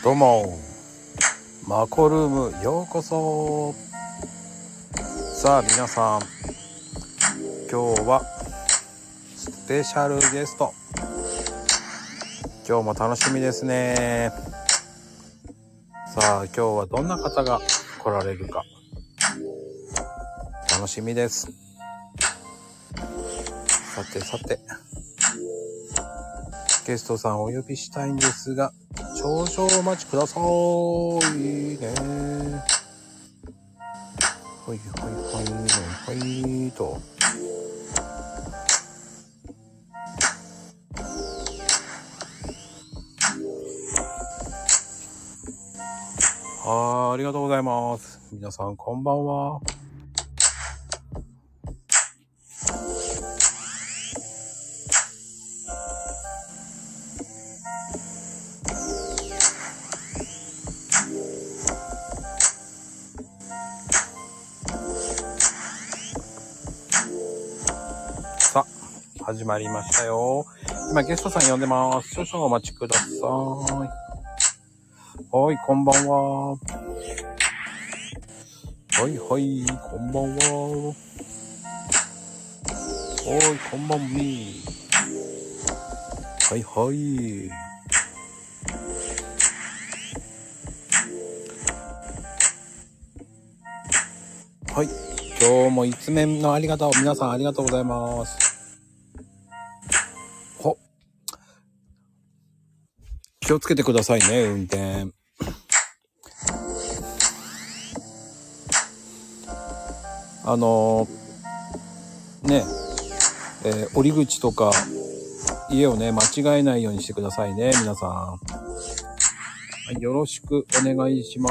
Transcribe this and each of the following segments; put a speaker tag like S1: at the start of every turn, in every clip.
S1: どうもマコルームようこそ。さあ皆さん、今日はスペシャルゲスト、今日も楽しみですね。さあ今日はどんな方が来られるか楽しみです。さてゲストさんをお呼びしたいんですが、少々お待ちくださいね。はいと。ありがとうございます。皆さんこんばんは。さあ始まりましたよ。今ゲストさん呼んでます。少々お待ちください。はい、こんばんは。はい、こんばんは。はい、こんばんみ。はい。はい、今日もいつめのありがとう。皆さんありがとうございます。気をつけてくださいね、運転。降り口とか家をね間違えないようにしてくださいね、皆さん。はい、よろしくお願いします。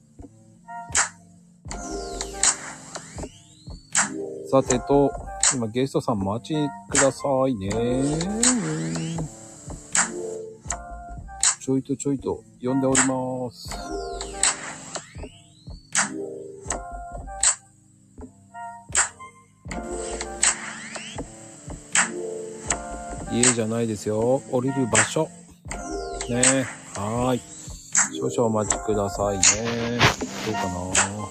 S1: さてと、今ゲストさん待ちくださいね。ちょいと呼んでおります。家じゃないですよ、降りる場所ね。はい、少々お待ちくださいね。どうかな。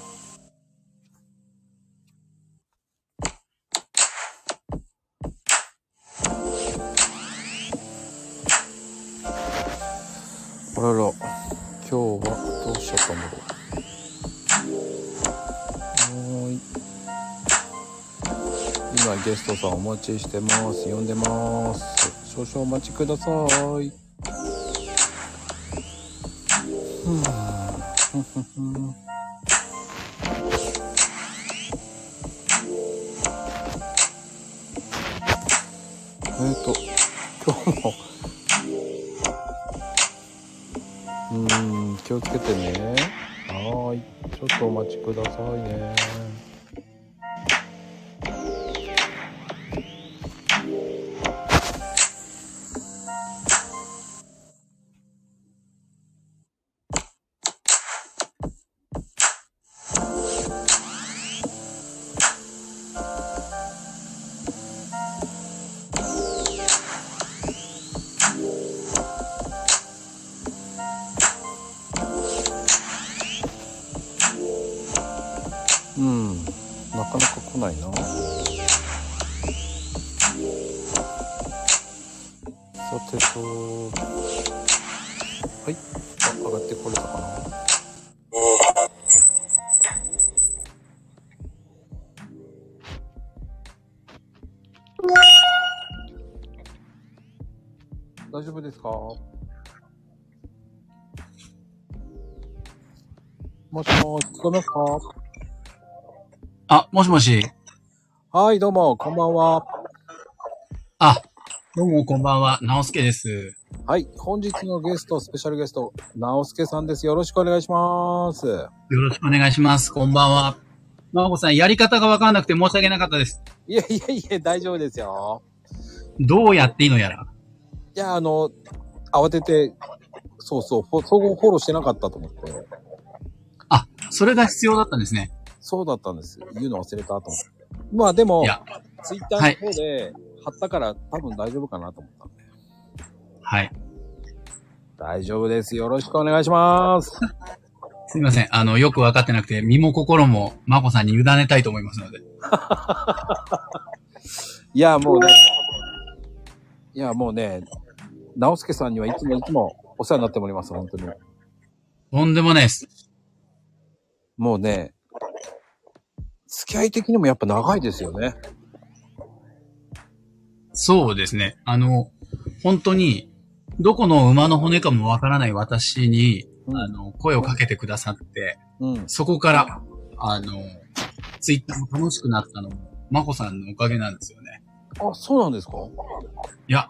S1: あらら、今日はどうしちゃったんだろう。今ゲストさんお待ちしてます。呼んでます。少々お待ちください。今日も気をつけてね。はい、ちょっとお待ちくださいね。なかなか来ないな。さてと、はい、上がってこれたかな。大丈夫ですか？もしもし、聞こえますか？
S2: あ、もしもし。
S1: はい、どうも、こんばんは。
S2: あ、どうもこんばんは。直輔です。
S1: はい、本日のゲスト、スペシャルゲスト、直輔さんです。よろしくお願いします。
S2: よろしくお願いします。こんばんは。まこさん、やり方がわからなくて申し訳なかったです。
S1: いえ、大丈夫ですよ。
S2: どうやっていいのやら。
S1: いや、慌てて、そう、総合フォローしてなかったと思って。
S2: あ、それが必要だったんですね。
S1: そうだったんです。言うの忘れたと思って。まあでも、ツイッターの方で貼ったから、多分大丈夫かなと思ったんで。
S2: はい。
S1: 大丈夫です。よろしくお願いします。
S2: すみません。よくわかってなくて、身も心もまこさんに委ねたいと思いますので。
S1: いや、もうね、直輔さんにはいつもお世話になっております、本当に。
S2: とんでもないです。
S1: もうね、付き合い的にもやっぱ長いですよね。
S2: そうですね。本当に、どこの馬の骨かもわからない私に、声をかけてくださって、そこから、ツイッターも楽しくなったのも、まこさんのおかげなんですよね。
S1: あ、そうなんですか？
S2: いや、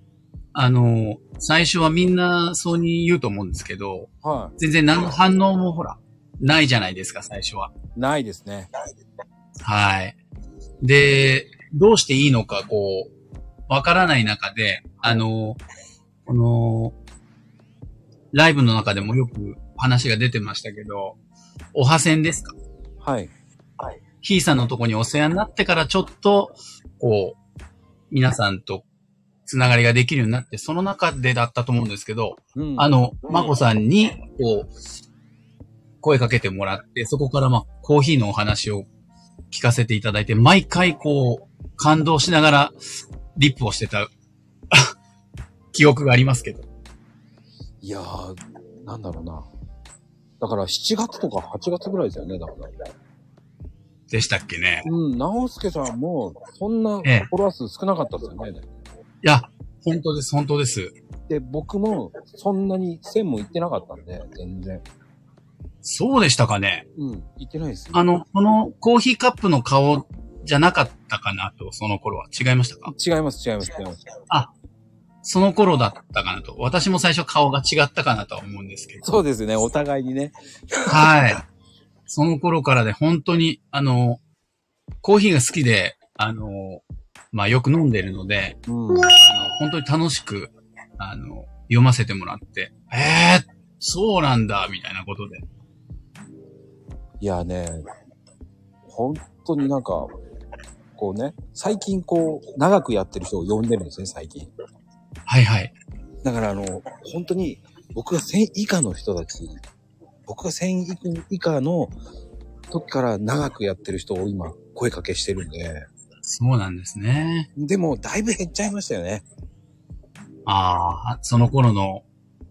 S2: 最初はみんなそうに言うと思うんですけど、はい、全然何の反応もほら、ないじゃないですか、最初は。
S1: ないですね。
S2: はい。で、どうしていいのか、わからない中で、この、ライブの中でもよく話が出てましたけど、おはせんですか？
S1: はい。
S2: はい。ひーさんのとこにお世話になってからちょっと、皆さんとつながりができるようになって、その中でだったと思うんですけど、まこさんに、声かけてもらって、そこからコーヒーのお話を聞かせていただいて、毎回感動しながら、リップをしてた、記憶がありますけど。
S1: いやー、なんだろうな。だから7月とか8月ぐらいですよね、だから。
S2: でしたっけね。
S1: 直輔さんも、そんなフォロワー数少なかったですよね。い
S2: や、本当です、本当です。
S1: で、僕も、そんなに1000も行ってなかったんで、全然。
S2: そうでしたかね。
S1: 行ってないですよ。
S2: このコーヒーカップの顔じゃなかったかなと、その頃は。違いましたか？
S1: 違います。
S2: あ、その頃だったかなと。私も最初顔が違ったかなとは思うんですけど。
S1: そうですね、お互いにね。
S2: はい。その頃からで本当に、コーヒーが好きで、よく飲んでるので、本当に楽しく、読ませてもらって、そうなんだ、みたいなことで。
S1: いやね、本当になんか、最近長くやってる人を呼んでるんですね、最近。
S2: はいはい。
S1: だから本当に、僕が1000以下の人たち、僕が1000以下の時から長くやってる人を今、声かけしてるんで。
S2: そうなんですね。
S1: でも、だいぶ減っちゃいましたよね。
S2: ああ、その頃の。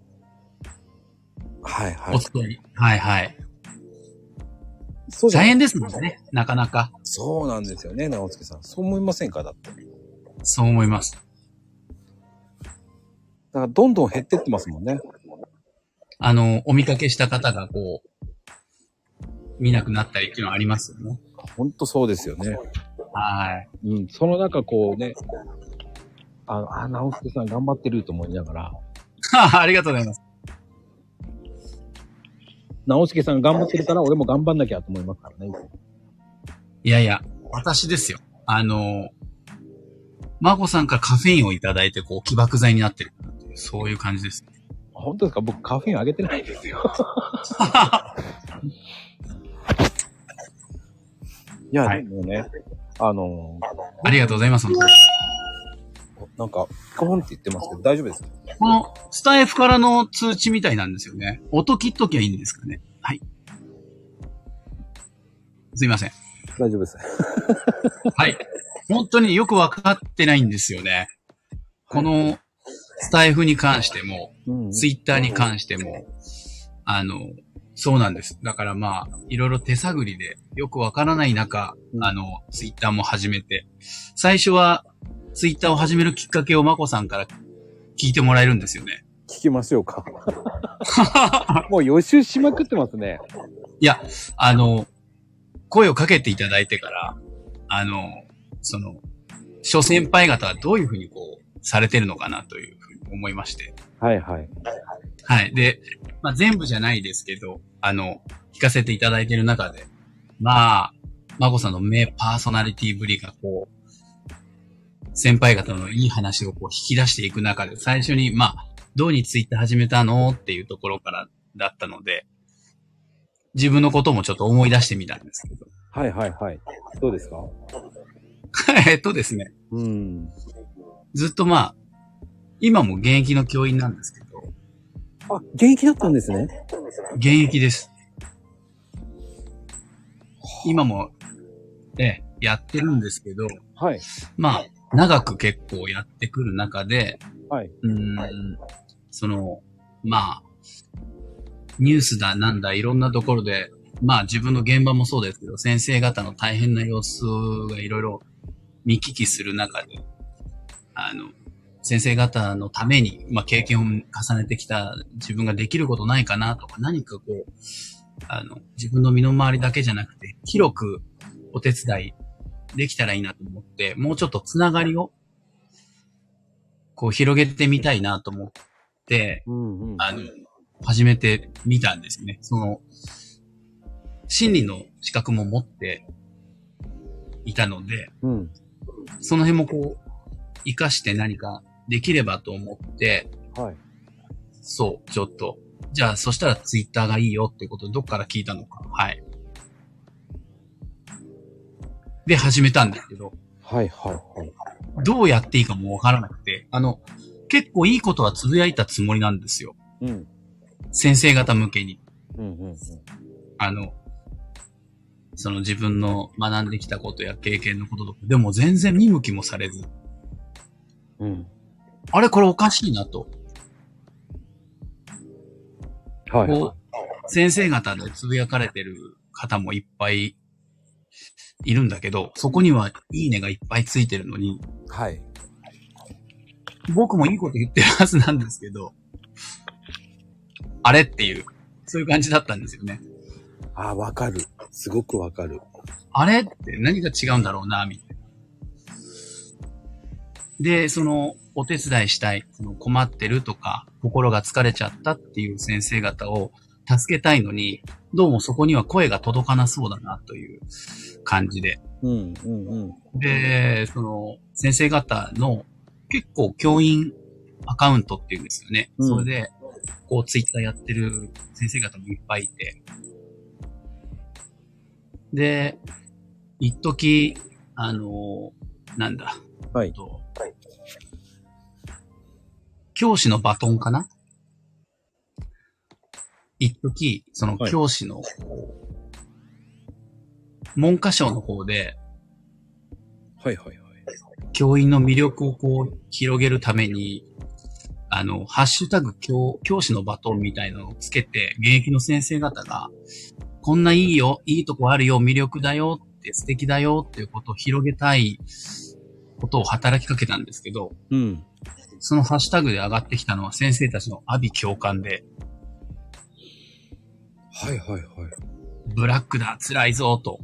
S1: はいはい。
S2: おつとり。はいはい。そう大変ですもんね、なかなか。
S1: そうなんですよね、直輔さん。そう思いませんか？だって。
S2: そう思います。
S1: だからどんどん減ってってますもんね。
S2: お見かけした方が見なくなったりっていうのはありますよね。
S1: ほんとそうですよね。
S2: はい。
S1: その中直輔さん頑張ってると思いながら。
S2: ありがとうございます。
S1: 直輔さん頑張ってるから俺も頑張んなきゃと思いますからね。
S2: いやいや、私ですよ。マコさんからカフェインをいただいて起爆剤になってるっていう、そういう感じです。
S1: 本当ですか？僕カフェインあげてないですよ。いや、でもね、
S2: ありがとうございます。
S1: なんか、コーンって言ってますけど、大丈夫ですか？
S2: この、スタイフからの通知みたいなんですよね。音切っときゃいいんですかね。はい。すいません。
S1: 大丈夫です。
S2: はい。本当によくわかってないんですよね。この、スタイフに関しても、ツイッターに関しても、そうなんです。だからいろいろ手探りで、よくわからない中、ツイッターも始めて、最初は、ツイッターを始めるきっかけをまこさんから聞いてもらえるんですよね。
S1: 聞きましょうか。もう予習しまくってますね。
S2: いや、声をかけていただいてから、諸先輩方はどういうふうにされてるのかなというふうに思いまして。
S1: はいはい。
S2: はい。で、全部じゃないですけど、聞かせていただいている中で、まこさんの名パーソナリティぶりが先輩方のいい話を引き出していく中で、最初に、どうにツイッター始めたのっていうところからだったので、自分のこともちょっと思い出してみたんですけど。
S1: はいはいはい。どうですか？
S2: ですね。ずっと今も現役の教員なんですけど、
S1: あ、現役だったんですね。
S2: 現役です。今も、やってるんですけど、
S1: はい。
S2: まあ、長く結構やってくる中で、
S1: はい。
S2: まあ、ニュースだなんだいろんなところで、まあ自分の現場もそうですけど、先生方の大変な様子がいろいろ見聞きする中で、先生方のために、まあ経験を重ねてきた自分ができることないかなとか、何かこう、自分の身の回りだけじゃなくて、広くお手伝いできたらいいなと思って、もうちょっとつながりを、こう広げてみたいなと思って、始めてみたんですね。心理の資格も持っていたので、その辺もこう、活かして何かできればと思って、
S1: はい。
S2: そう、ちょっと。じゃあ、そしたらツイッターがいいよってことで、どっから聞いたのか。はい。で、始めたんですけど。
S1: はいはいはい。
S2: どうやっていいかもわからなくて、結構いいことはつぶやいたつもりなんですよ。先生方向けに。自分の学んできたことや経験のこととか、でも全然見向きもされず。あれこれおかしいなと。はい。こう、先生方でつぶやかれてる方もいっぱいいるんだけど、そこにはいいねがいっぱいついてるのに。
S1: はい。
S2: 僕もいいこと言ってるはずなんですけど、あれっていう、そういう感じだったんですよね。
S1: ああ、わかる。すごくわかる。
S2: あれって何が違うんだろうな、みたいな。で、お手伝いしたい、困ってるとか、心が疲れちゃったっていう先生方を助けたいのに、どうもそこには声が届かなそうだなという感じで。で、先生方の結構教員アカウントっていうんですよね。それで、こうツイッターやってる先生方もいっぱいいて。で、一時、なんだ。
S1: はい。
S2: 教師のバトンかな？一時、教師の、文科省の方で、
S1: はいはいはい。
S2: 教員の魅力をこう、広げるために、ハッシュタグ教師のバトンみたいなのをつけて、現役の先生方が、こんないいよ、いいとこあるよ、魅力だよって、素敵だよっていうことを広げたいことを働きかけたんですけど、そのハッシュタグで上がってきたのは先生たちの阿鼻共感で、
S1: はいはいはい。
S2: ブラックだ、辛いぞ、と。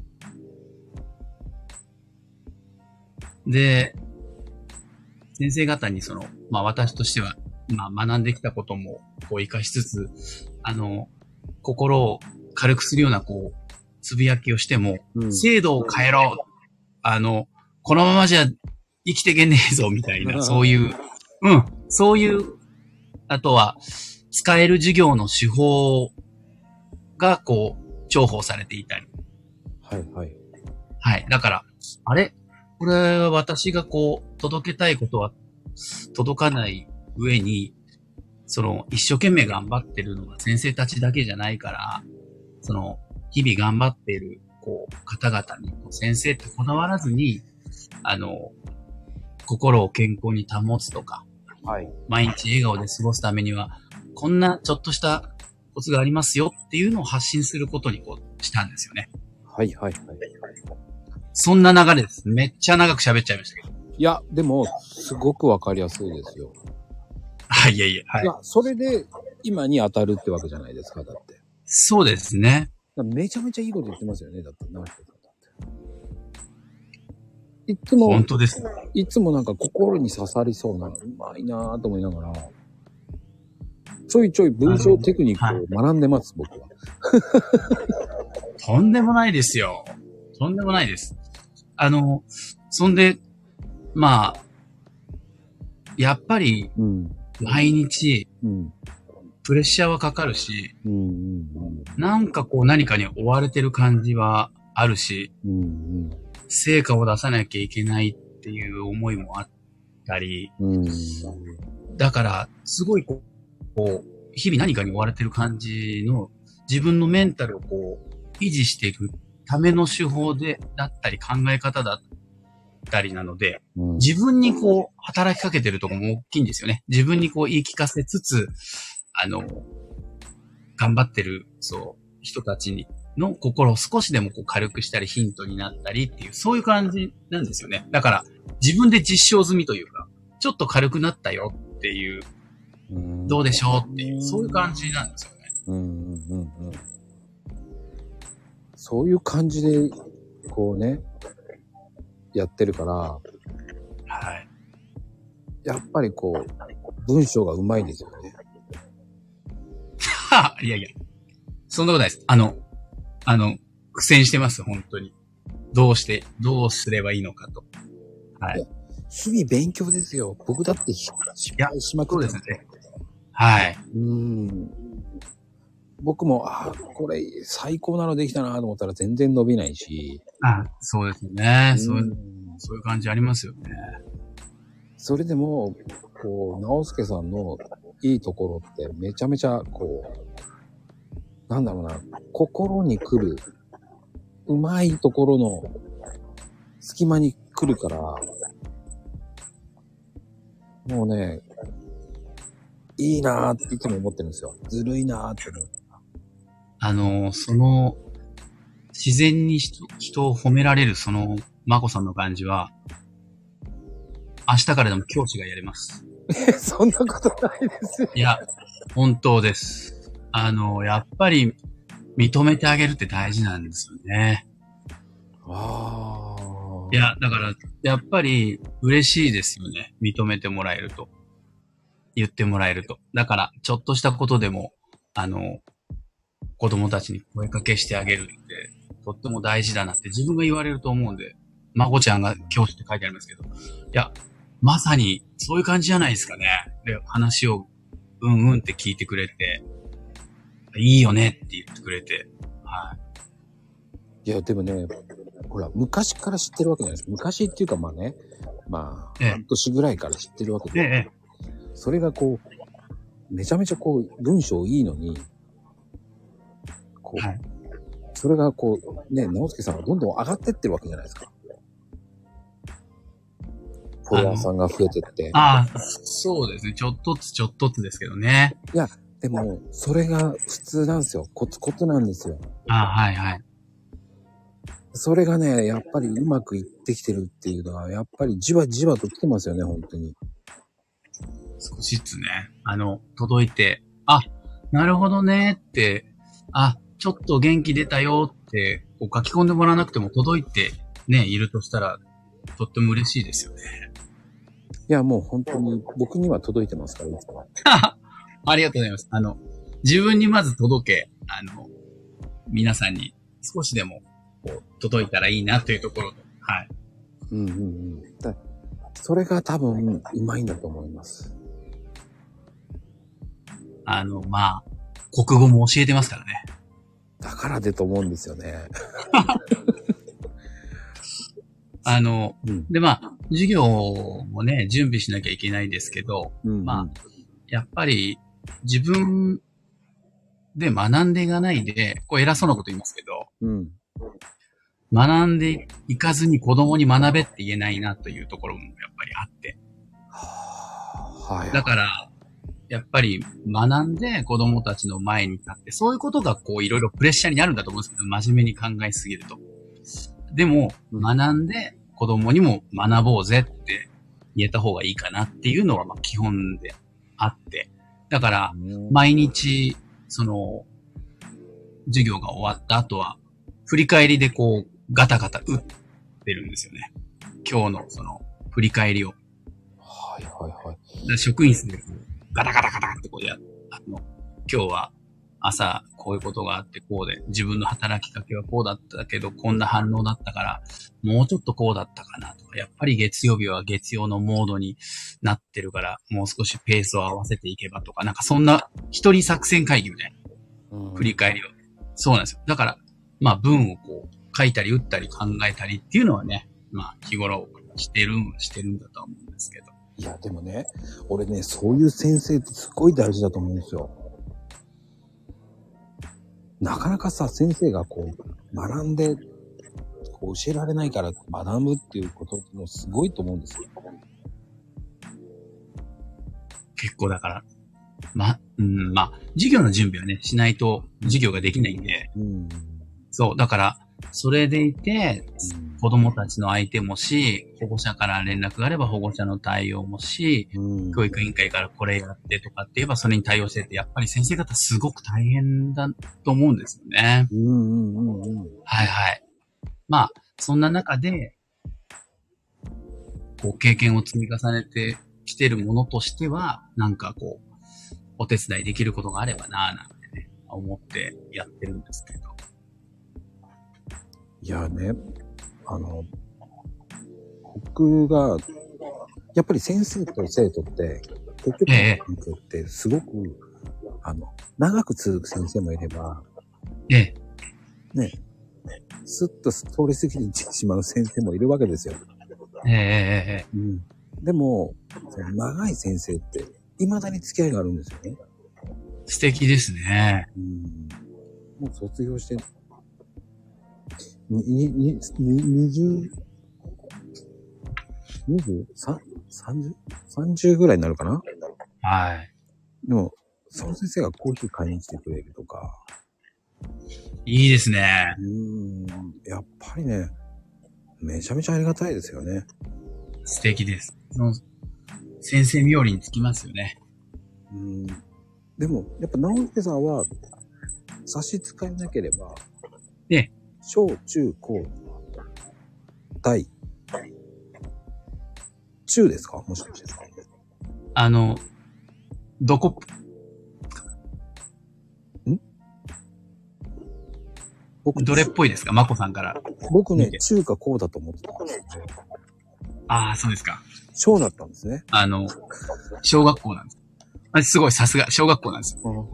S2: で、先生方に私としては、学んできたことも、こう、活かしつつ、心を軽くするような、こう、つぶやきをしても、制度を変えろ、このままじゃ生きていけねえぞ、みたいな、そういう、そういう、あとは、使える授業の手法が、こう、重宝されていたり。
S1: はいはい。
S2: はい。だから、あれこれは私がこう、届けたいことは届かない上に、一生懸命頑張ってるのが先生たちだけじゃないから、日々頑張っている、こう、方々に、先生ってこだわらずに、心を健康に保つとか、はい。毎日笑顔で過ごすためには、こんなちょっとしたコツがありますよっていうのを発信することにこう、したんですよね。はいはいはい。そんな流れです。めっちゃ長く喋っちゃいましたけど。
S1: いや、でも、すごくわかりやすいですよ。
S2: はい、いやいや、はい。
S1: いや、それで、今に当たるってわけじゃないですか、だって。
S2: そうですね。
S1: めちゃめちゃいいこと言ってますよね、だって、直人さんだって。いつも、
S2: 本当です。
S1: いつもなんか心に刺さりそうなの、うまいなぁと思いながら、ちょいちょい文章テクニックを学んでます、僕は。
S2: とんでもないですよ。とんでもないです。そんで、やっぱり、毎日、プレッシャーはかかるし、なんかこう何かに追われてる感じはあるし、成果を出さなきゃいけないっていう思いもあったり、だから、すごいこう、 日々何かに追われてる感じの自分のメンタルを維持していくための手法だったり考え方だったりなので、自分に働きかけてるところも大きいんですよね。自分に言い聞かせつつ、頑張ってる、人たちの心を少しでも軽くしたりヒントになったりっていう、そういう感じなんですよね。だから、自分で実証済みというか、ちょっと軽くなったよっていう、どうでしょうっていう、そういう感じなんですよね。
S1: そういう感じで、やってるから、
S2: はい。
S1: やっぱり文章がうまいですよね。
S2: いやいや。そんなことないです。苦戦してます、本当に。どうすればいいのかと。はい。
S1: 日々勉強ですよ。僕だって失敗しまくってます。
S2: そうですね。はい。
S1: 僕も、これ最高なのできたなと思ったら全然伸びないし。
S2: そうですね。そういう感じありますよね。
S1: それでも、直輔さんのいいところってめちゃめちゃ、なんだろうな、心に来る、うまいところの隙間に来るから、もうね、いいなーっていつも思ってるんですよ。ずるいなーって
S2: 思う。自然に人を褒められるまこさんの感じは、明日からでも教師がやれます。
S1: そんなことないですよ。
S2: いや、本当です。やっぱり認めてあげるって大事なんですよね。いや、だから、やっぱり嬉しいですよね。認めてもらえると。言ってもらえると。だから、ちょっとしたことでも、子供たちに声かけしてあげるって、とっても大事だなって自分が言われると思うんで、まこちゃんが教師って書いてありますけど、いや、まさにそういう感じじゃないですかね。で、話をうんって聞いてくれて、いいよねって言ってくれて、はい。
S1: いや、でもね、ほら、昔から知ってるわけじゃないですか。昔っていうか半年ぐらいから知ってるわけで、それがめちゃめちゃ文章いいのに、それが直輔さんがどんどん上がってってるわけじゃないですか。フォロワーさんが増えてって。
S2: そうですね。ちょっとずつですけどね。
S1: いや、でも、それが普通なんですよ。コツなんですよ。
S2: はいはい。
S1: それがね、やっぱりうまくいってきてるっていうのは、やっぱりじわじわと来てますよね、本当に。
S2: 少しずつね、届いて、なるほどねって、ちょっと元気出たよって、書き込んでもらわなくても届いてね、いるとしたら、とっても嬉しいですよね。
S1: いや、もう本当に僕には届いてますから、いつも。
S2: ありがとうございます。自分にまず届け、皆さんに少しでも、届いたらいいなというところで、はい。
S1: それが多分、うまいんだと思います。
S2: 国語も教えてますからね。
S1: だからでと思うんですよね。
S2: で、授業もね、準備しなきゃいけないですけど、やっぱり自分で学んでいかないで、偉そうなこと言いますけど、学んでいかずに子供に学べって言えないなというところもやっぱりあって。だから、やっぱり学んで子供たちの前に立って、そういうことがいろいろプレッシャーになるんだと思うんですけど、真面目に考えすぎると。でも、学んで子供にも学ぼうぜって言えた方がいいかなっていうのは基本であって。だから、毎日、授業が終わった後は、振り返りでガタガタ打ってるんですよね。今日の振り返りを。職員室でガタガタガタって今日は朝こういうことがあってこうで、自分の働きかけはこうだったけど、こんな反応だったから、もうちょっとこうだったかなとか、やっぱり月曜日は月曜のモードになってるから、もう少しペースを合わせていけばとか、なんかそんな一人作戦会議みたいな振り返りを。そうなんですよ。だから、文を書いたり打ったり考えたりっていうのはね、日頃してるんだと思うんですけど。
S1: いや、でもね、俺ね、そういう先生ってすごい大事だと思うんですよ。 なかなかさ、先生がこう、学んで、こう教えられないから学ぶっていうこともすごいと思うんですよ。
S2: 結構だから、授業の準備はね、しないと授業ができないんで、そう、だから、それでいて、子供たちの相手もし、保護者から連絡があれば保護者の対応もし、教育委員会からこれやってとかって言えばそれに対応してって、やっぱり先生方すごく大変だと思うんですよね。はいはい。まあ、そんな中で、こう、経験を積み重ねてきてるものとしては、なんかこう、お手伝いできることがあればなぁなんてね、思ってやってるんですけど。
S1: いやね、僕が、やっぱり先生と生徒って、結局の関係ってすごく、長く続く先生もいれば、ね、スッと通り過ぎてしまう先生もいるわけですよ。でも、その長い先生って、未だに付き合いがあるんですよね。
S2: 素敵ですね。
S1: もう卒業して、20、30ぐらいになるかな？
S2: はい。
S1: でも、その先生がコーヒー買いに来てくれるとか。
S2: いいですね。
S1: やっぱりね、めちゃめちゃありがたいですよね。
S2: 素敵です。先生冥利につきますよね。
S1: でも、やっぱ直輔さんは、差し支えなければ、小中高大中ですか？もしかして。
S2: どこどれっぽいですか？まこさんから。
S1: 僕ね、中か高だと思ってたんですよ。
S2: ああ、そうですか。
S1: 小だったんですね。
S2: 小学校なんです。すごい、さすが、小学校なんですよ。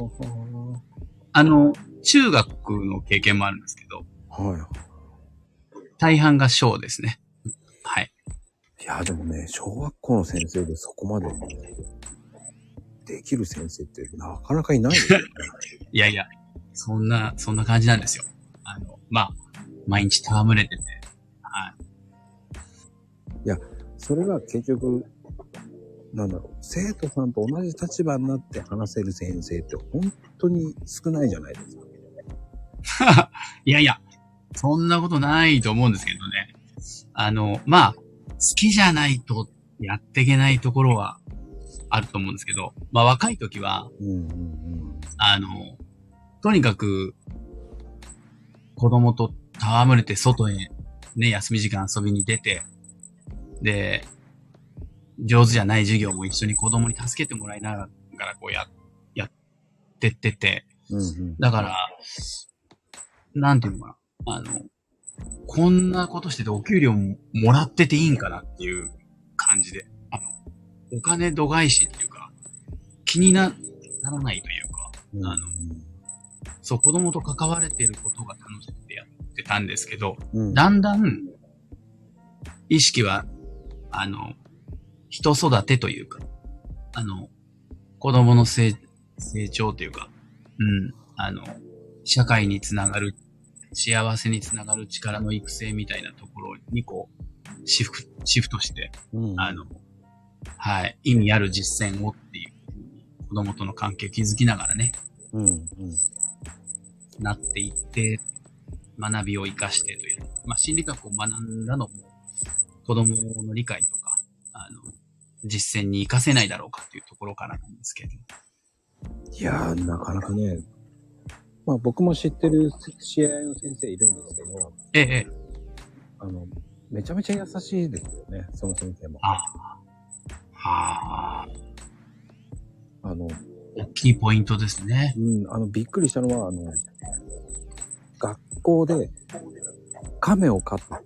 S2: 中学の経験もあるんですけど。大半が小ですね。はい。
S1: いや、でもね、小学校の先生でそこまで、できる先生ってなかなかいないですよね。
S2: いやいや、そんな感じなんですよ。毎日戯れてて。はい。
S1: いや、それが結局、生徒さんと同じ立場になって話せる先生って本当に少ないじゃないです
S2: か。いやいや、そんなことないと思うんですけどね。好きじゃないとやっていけないところはあると思うんですけど、若い時は、とにかく、子供と戯れて外へね、休み時間遊びに出て、で、上手じゃない授業も一緒に子供に助けてもらいながらこうやってってて、だから、なんていうのかな、こんなことしててお給料もらってていいんかなっていう感じで、お金度外視っていうか、気にならないというか、そう、子供と関われていることが楽しくてやってたんですけど、だんだん、意識は、人育てというか、子供の成長というか、社会につながる、幸せにつながる力の育成みたいなところにこう、シフトして、はい、意味ある実践をっていう、子供との関係を築きながらね、なっていって、学びを活かしてという、心理学を学んだのも、子供の理解とか、実践に活かせないだろうかっていうところからなんですけど。
S1: いやー、なかなかね、僕も知ってる試合の先生いるんですけど、めちゃめちゃ優しいですよね、その先生も。
S2: 大きいポイントですね。
S1: びっくりしたのは、学校で亀を飼って、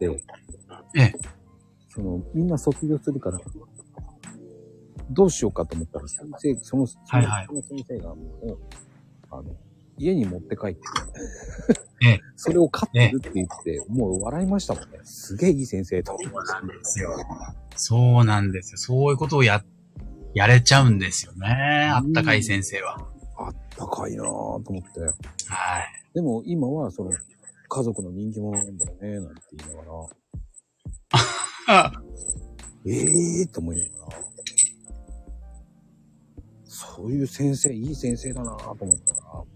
S1: みんな卒業するから、どうしようかと思ったら、その先生がもう、家に持って帰って、それを飼ってるって言って、もう笑いましたもんね。すげえいい先生と思いました。
S2: そうなんですよ。そういうことをやれちゃうんですよね。あったかい先生は。
S1: あっ高いなぁと思って。
S2: はい。
S1: でも今はその家族の人気者なんだよね、なんて言いながら。と思いながら。そういう先生、いい先生だなぁと思ったら。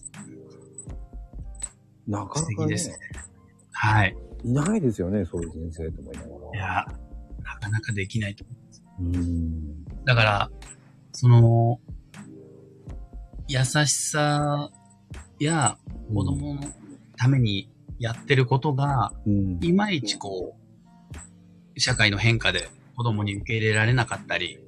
S1: なかなかね。素敵ですね。
S2: はい。
S1: いないですよね、そういう先生と思いながら。
S2: いや、なかなかできないと思います。だから、その、優しさや子供のためにやってることが、いまいちこう、社会の変化で子供に受け入れられなかったり、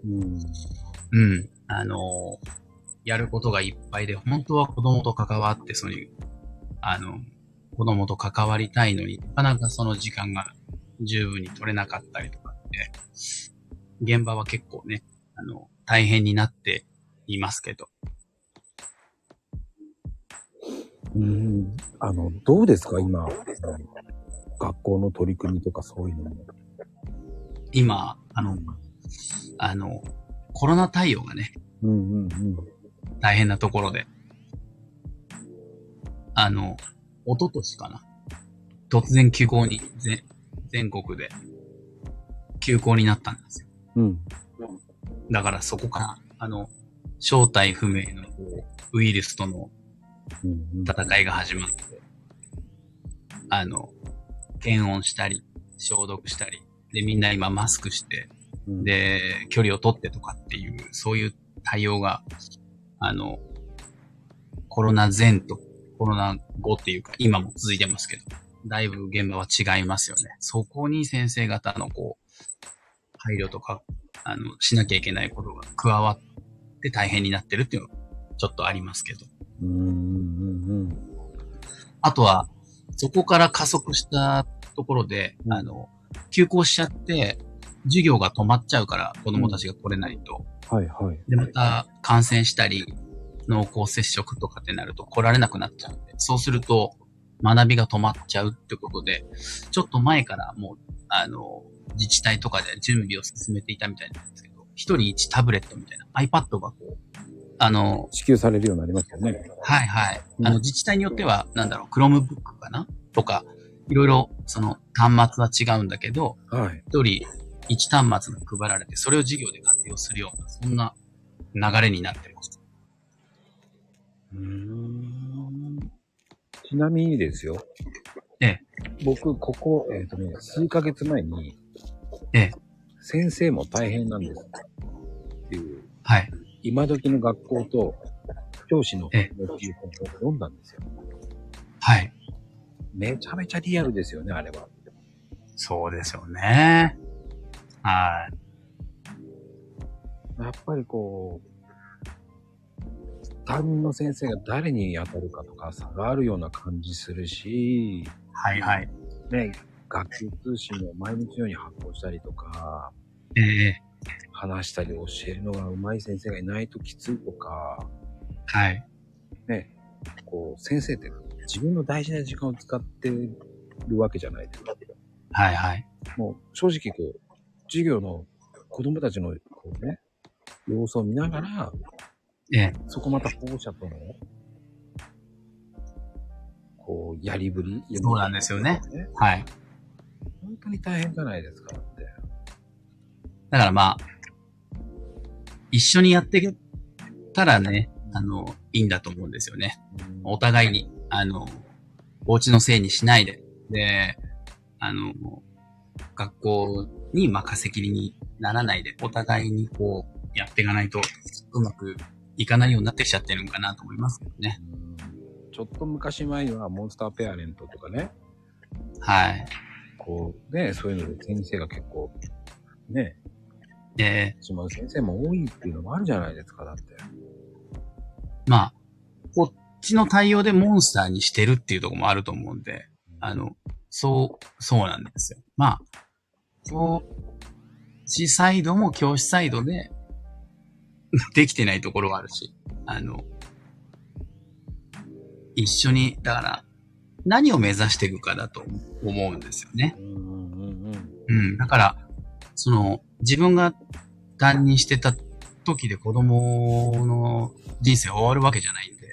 S2: やることがいっぱいで、本当は子供と関わって、そういう、子供と関わりたいのに、なかなかその時間が十分に取れなかったりとかって、現場は結構ね、大変になっていますけど。
S1: どうですか今、学校の取り組みとかそういうのも。
S2: 今、コロナ対応がね、大変なところで、一昨年かな。突然休校に、全国で休校になったんですよ。だからそこから、正体不明のウイルスとの戦いが始まって、検温したり、消毒したり、で、みんな今マスクして、で、距離を取ってとかっていう、そういう対応が、コロナ前とコロナ後っていうか、今も続いてますけど、だいぶ現場は違いますよね。そこに先生方の配慮とか、しなきゃいけないことが加わって大変になってるっていうのがちょっとありますけど。あとは、そこから加速したところで、休校しちゃって、授業が止まっちゃうから子供たちが来れないと。で、また感染したり、濃厚接触とかってなると来られなくなっちゃうんで、そうすると学びが止まっちゃうってことで、ちょっと前からもう、自治体とかで準備を進めていたみたいなんですけど、一人一タブレットみたいな iPad が
S1: 支給されるようになりましたよね。
S2: はいはい。自治体によっては、Chromebook かなとか、いろいろ、その、端末は違うんだけど、一人一端末が配られて、それを授業で活用するような、そんな流れになってます。
S1: ちなみにですよ。僕、ここ、数ヶ月前に、先生も大変なんですっていう、今時の学校と教師のっていう本を読んだんですよ。めちゃめちゃリアルですよね、あれは。
S2: そうですよね。
S1: やっぱり担任の先生が誰に当たるかとか差があるような感じするし、ね、学級通信を毎日のように発行したりとか、話したり教えるのが上手い先生がいないときついとか、ね、先生って自分の大事な時間を使ってるわけじゃないですか。もう正直授業の子供たちの様子を見ながら、そこまた保護者とのやりぶり。
S2: そうなんですよね。
S1: 本当に大変じゃないですかって。
S2: だから一緒にやっていけたらね、いいんだと思うんですよね。お互いに、お家のせいにしないで、で、学校に任せきりにならないで、お互いにやっていかないと、うまくいかないようになってきちゃってるのかなと思いますけどね。
S1: ちょっと昔前にはモンスターペアレントとかね。そういうので先生が結構、しまう先生も多いっていうのもあるじゃないですか、だって。
S2: こっちの対応でモンスターにしてるっていうところもあると思うんで、そうなんですよ。教師サイドも教師サイドでできてないところはあるし、一緒に、だから何を目指していくかだと思うんですよね。だから、自分が担任してた時で子供の人生終わるわけじゃないんで、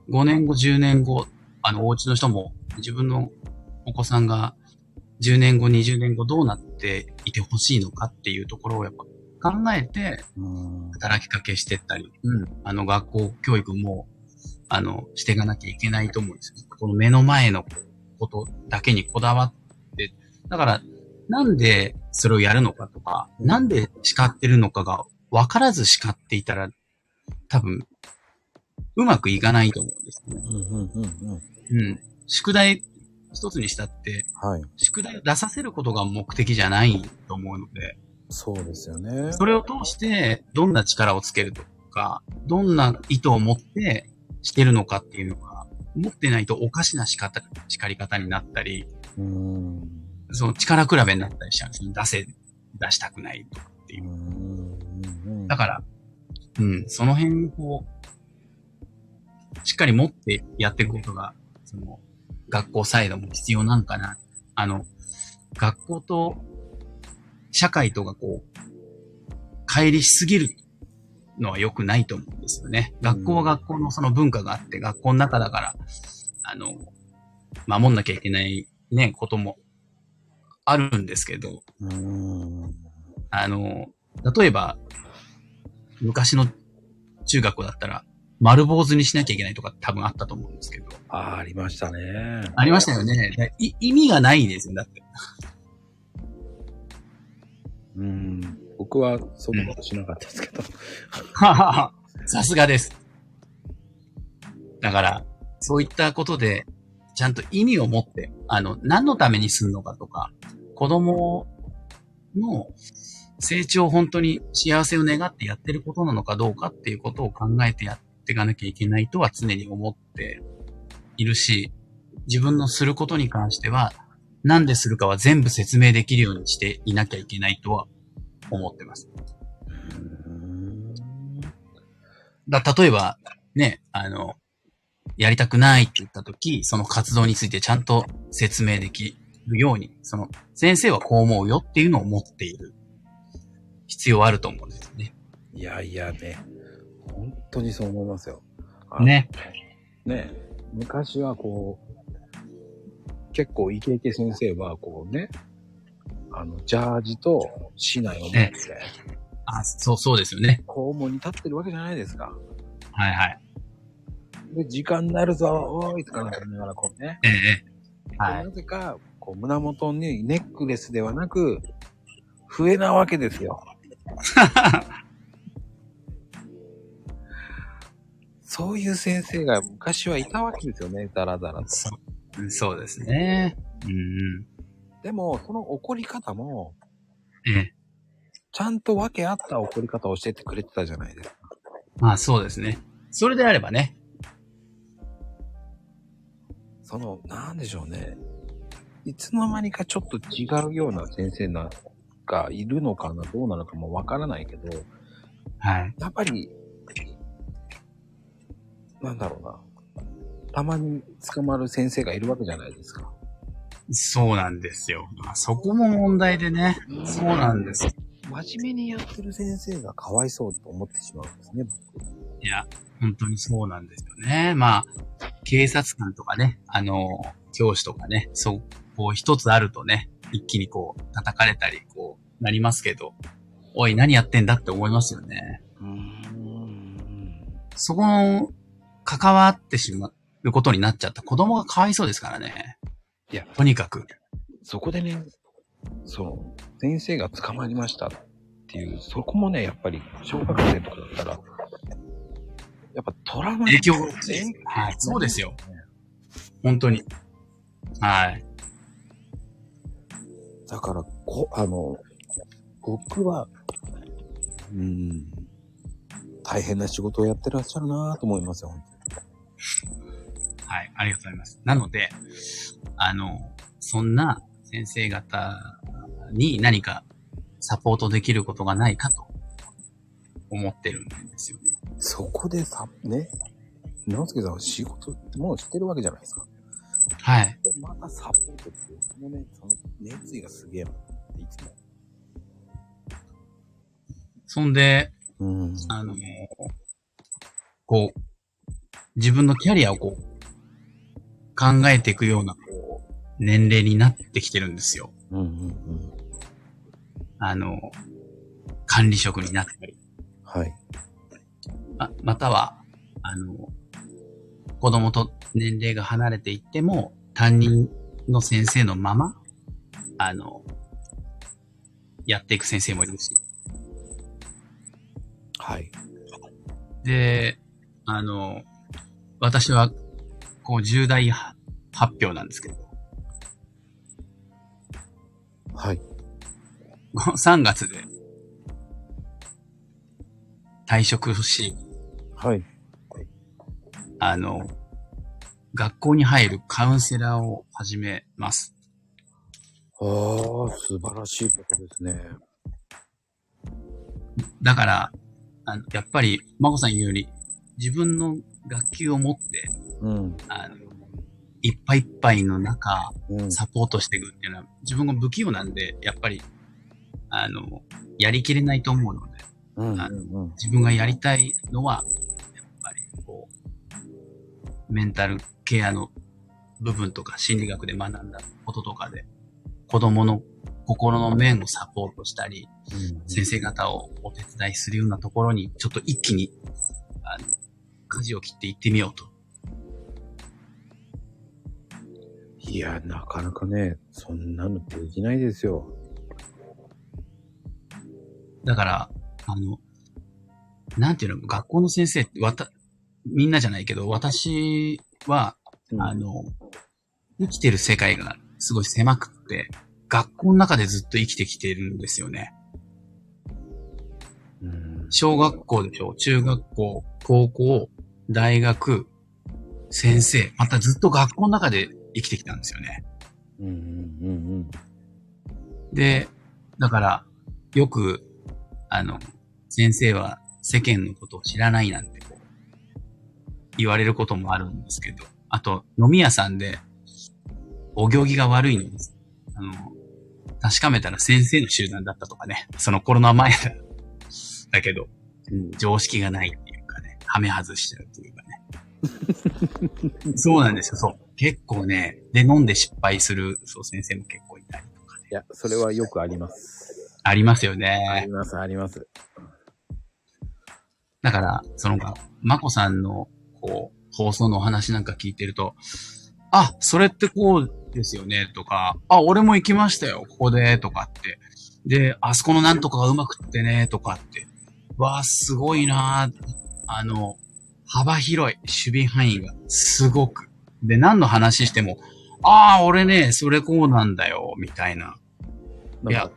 S2: 5年後、10年後、お家の人も自分のお子さんが10年後、20年後どうなっていてほしいのかっていうところをやっぱ考えて、働きかけしてったり、学校教育も、していかなきゃいけないと思うんですよ。この目の前のことだけにこだわって、だから、なんでそれをやるのかとか、なんで叱ってるのかが分からず叱っていたら、多分、うまくいかないと思うんですね。宿題一つにしたって、はい、宿題を出させることが目的じゃないと思うので、
S1: そうですよね。
S2: それを通して、どんな力をつけるとか、どんな意図を持ってしてるのかっていうのが、持ってないとおかしな叱り方になったり、その力比べになったりしちゃうんですよ。出したくないとかっていう。だから、その辺を、しっかり持ってやっていくことが、その、学校サイドも必要なんかな。学校と、社会とがこう、乖離しすぎるのは良くないと思うんですよね。学校は学校のその文化があって、学校の中だから、守んなきゃいけないね、こともあるんですけど、例えば、昔の中学校だったら、丸坊主にしなきゃいけないとか多分あったと思うんですけど。
S1: ありましたね。
S2: ありましたよね。意味がないですよ、だって。
S1: 僕はそんなことしなかったですけど。
S2: さすがです。だから、そういったことで、ちゃんと意味を持って、何のためにするのかとか、子供の成長を本当に幸せを願ってやってることなのかどうかっていうことを考えてやっていかなきゃいけないとは常に思っているし、自分のすることに関しては、なんでするかは全部説明できるようにしていなきゃいけないとは思ってます。例えば、ね、やりたくないって言ったとき、その活動についてちゃんと説明できるように、その、先生はこう思うよっていうのを持っている必要あると思うんですよね。
S1: いやいやね、本当にそう思いますよ。
S2: ね。
S1: ね、昔はこう、結構イケイケ先生はこうね、ジャージと市内を持って、
S2: そうですよね。
S1: 校門に立ってるわけじゃないですか。
S2: はいはい。
S1: で、時間になるぞ、おーいとかなんか言いながらこうね。はい。なぜか、こう、胸元にネックレスではなく、笛なわけですよ。そういう先生が昔はいたわけですよね、だらだらと。
S2: そうですね。
S1: でも、その怒り方も、ちゃんと訳あった怒り方を教えてくれてたじゃないですか。
S2: まあそうですね。それであればね。
S1: なんでしょうね。いつの間にかちょっと違うような先生がいるのかな、どうなのかもわからないけど、
S2: はい。
S1: やっぱり、なんだろうな。たまに捕まる先生がいるわけじゃないですか。
S2: そうなんですよ。そこも問題でね。そうなんです。
S1: 真面目にやってる先生がかわいそうと思ってしまうんですね、僕。
S2: いや、本当にそうなんですよね。まあ、警察官とかね、教師とかね、こう一つあるとね、一気にこう叩かれたり、こうなりますけど、おい、何やってんだって思いますよね。そこの、関わってしまうことになっちゃった子供がかわいそうですからね。
S1: いや、
S2: とにかく。
S1: そこでね、先生が捕まりましたっていう、そこもね、やっぱり、小学生とかだったら、やっぱトラウマ
S2: 影響が、はい、そうですよ。本当に。はい。
S1: だから、僕は、大変な仕事をやってらっしゃるなぁと思いますよ、本当に。
S2: はい、ありがとうございます。なので、そんな先生方に何かサポートできることがないかと思ってるんですよね。
S1: そこでね、直輔さんは仕事もうしてるわけじゃないですか。
S2: はい。
S1: またサポートっていう、その熱意がすげえなっていつも。
S2: そんで、こう、 自分のキャリアをこう、考えていくような、こう、年齢になってきてるんですよ。
S1: うんうんうん。
S2: 管理職になったり。
S1: はい。
S2: または、子供と年齢が離れていっても、担任の先生のまま、やっていく先生もいるし。
S1: はい。
S2: で、私は、こう、重大発表なんですけど。
S1: はい。
S2: 3月で、退職し、
S1: はい。
S2: 学校に入るカウンセラーを始めます。
S1: ああ、素晴らしいことですね。
S2: だから、やっぱり、まこさん言うより、自分の学級を持って、
S1: うん。
S2: いっぱいいっぱいの中、
S1: うん、
S2: サポートしていくっていうのは、自分が不器用なんで、やっぱり、やりきれないと思うので、自分がやりたいのは、やっぱり、こう、メンタルケアの部分とか、心理学で学んだこととかで、子供の心の面をサポートしたり、先生方をお手伝いするようなところに、ちょっと一気に、舵を切っていってみようと。
S1: いや、なかなかね、そんなのできないですよ。
S2: だから、なんていうの、学校の先生って、みんなじゃないけど、私は、生きてる世界がすごい狭くって、学校の中でずっと生きてきてるんですよね。小学校でしょ、中学校、高校、大学、先生、またずっと学校の中で生きてきたんですよね。で、だから、よく、先生は世間のことを知らないなんてこう言われることもあるんですけど、あと、飲み屋さんで、お行儀が悪いのです。確かめたら先生の集団だったとかね、そのコロナ前だけど、常識がないっていうかね、はめ外しちゃうっていうかね。そうなんですよ、そう。結構ね、で飲んで失敗する、そう、先生も結構いたりとかね。
S1: いや、それはよくあります。
S2: ありますよね。
S1: あります、あります。
S2: だから、まこさんの、こう、放送のお話なんか聞いてると、あ、それってこうですよね、とか、あ、俺も行きましたよ、ここで、とかって。で、あそこのなんとかがうまくってね、とかって。わあ、すごいなぁ。幅広い、守備範囲が、すごく。で、何の話しても、ああ、俺ね、それこうなんだよ、みたいな。いや、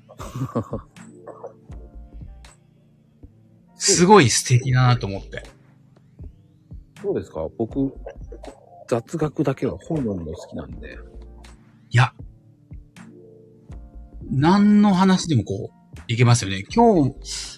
S2: すごい素敵だなと思って。
S1: そうですか？僕、雑学だけは本読むの好きなんで。
S2: いや、何の話でもこう、いけますよね。今日、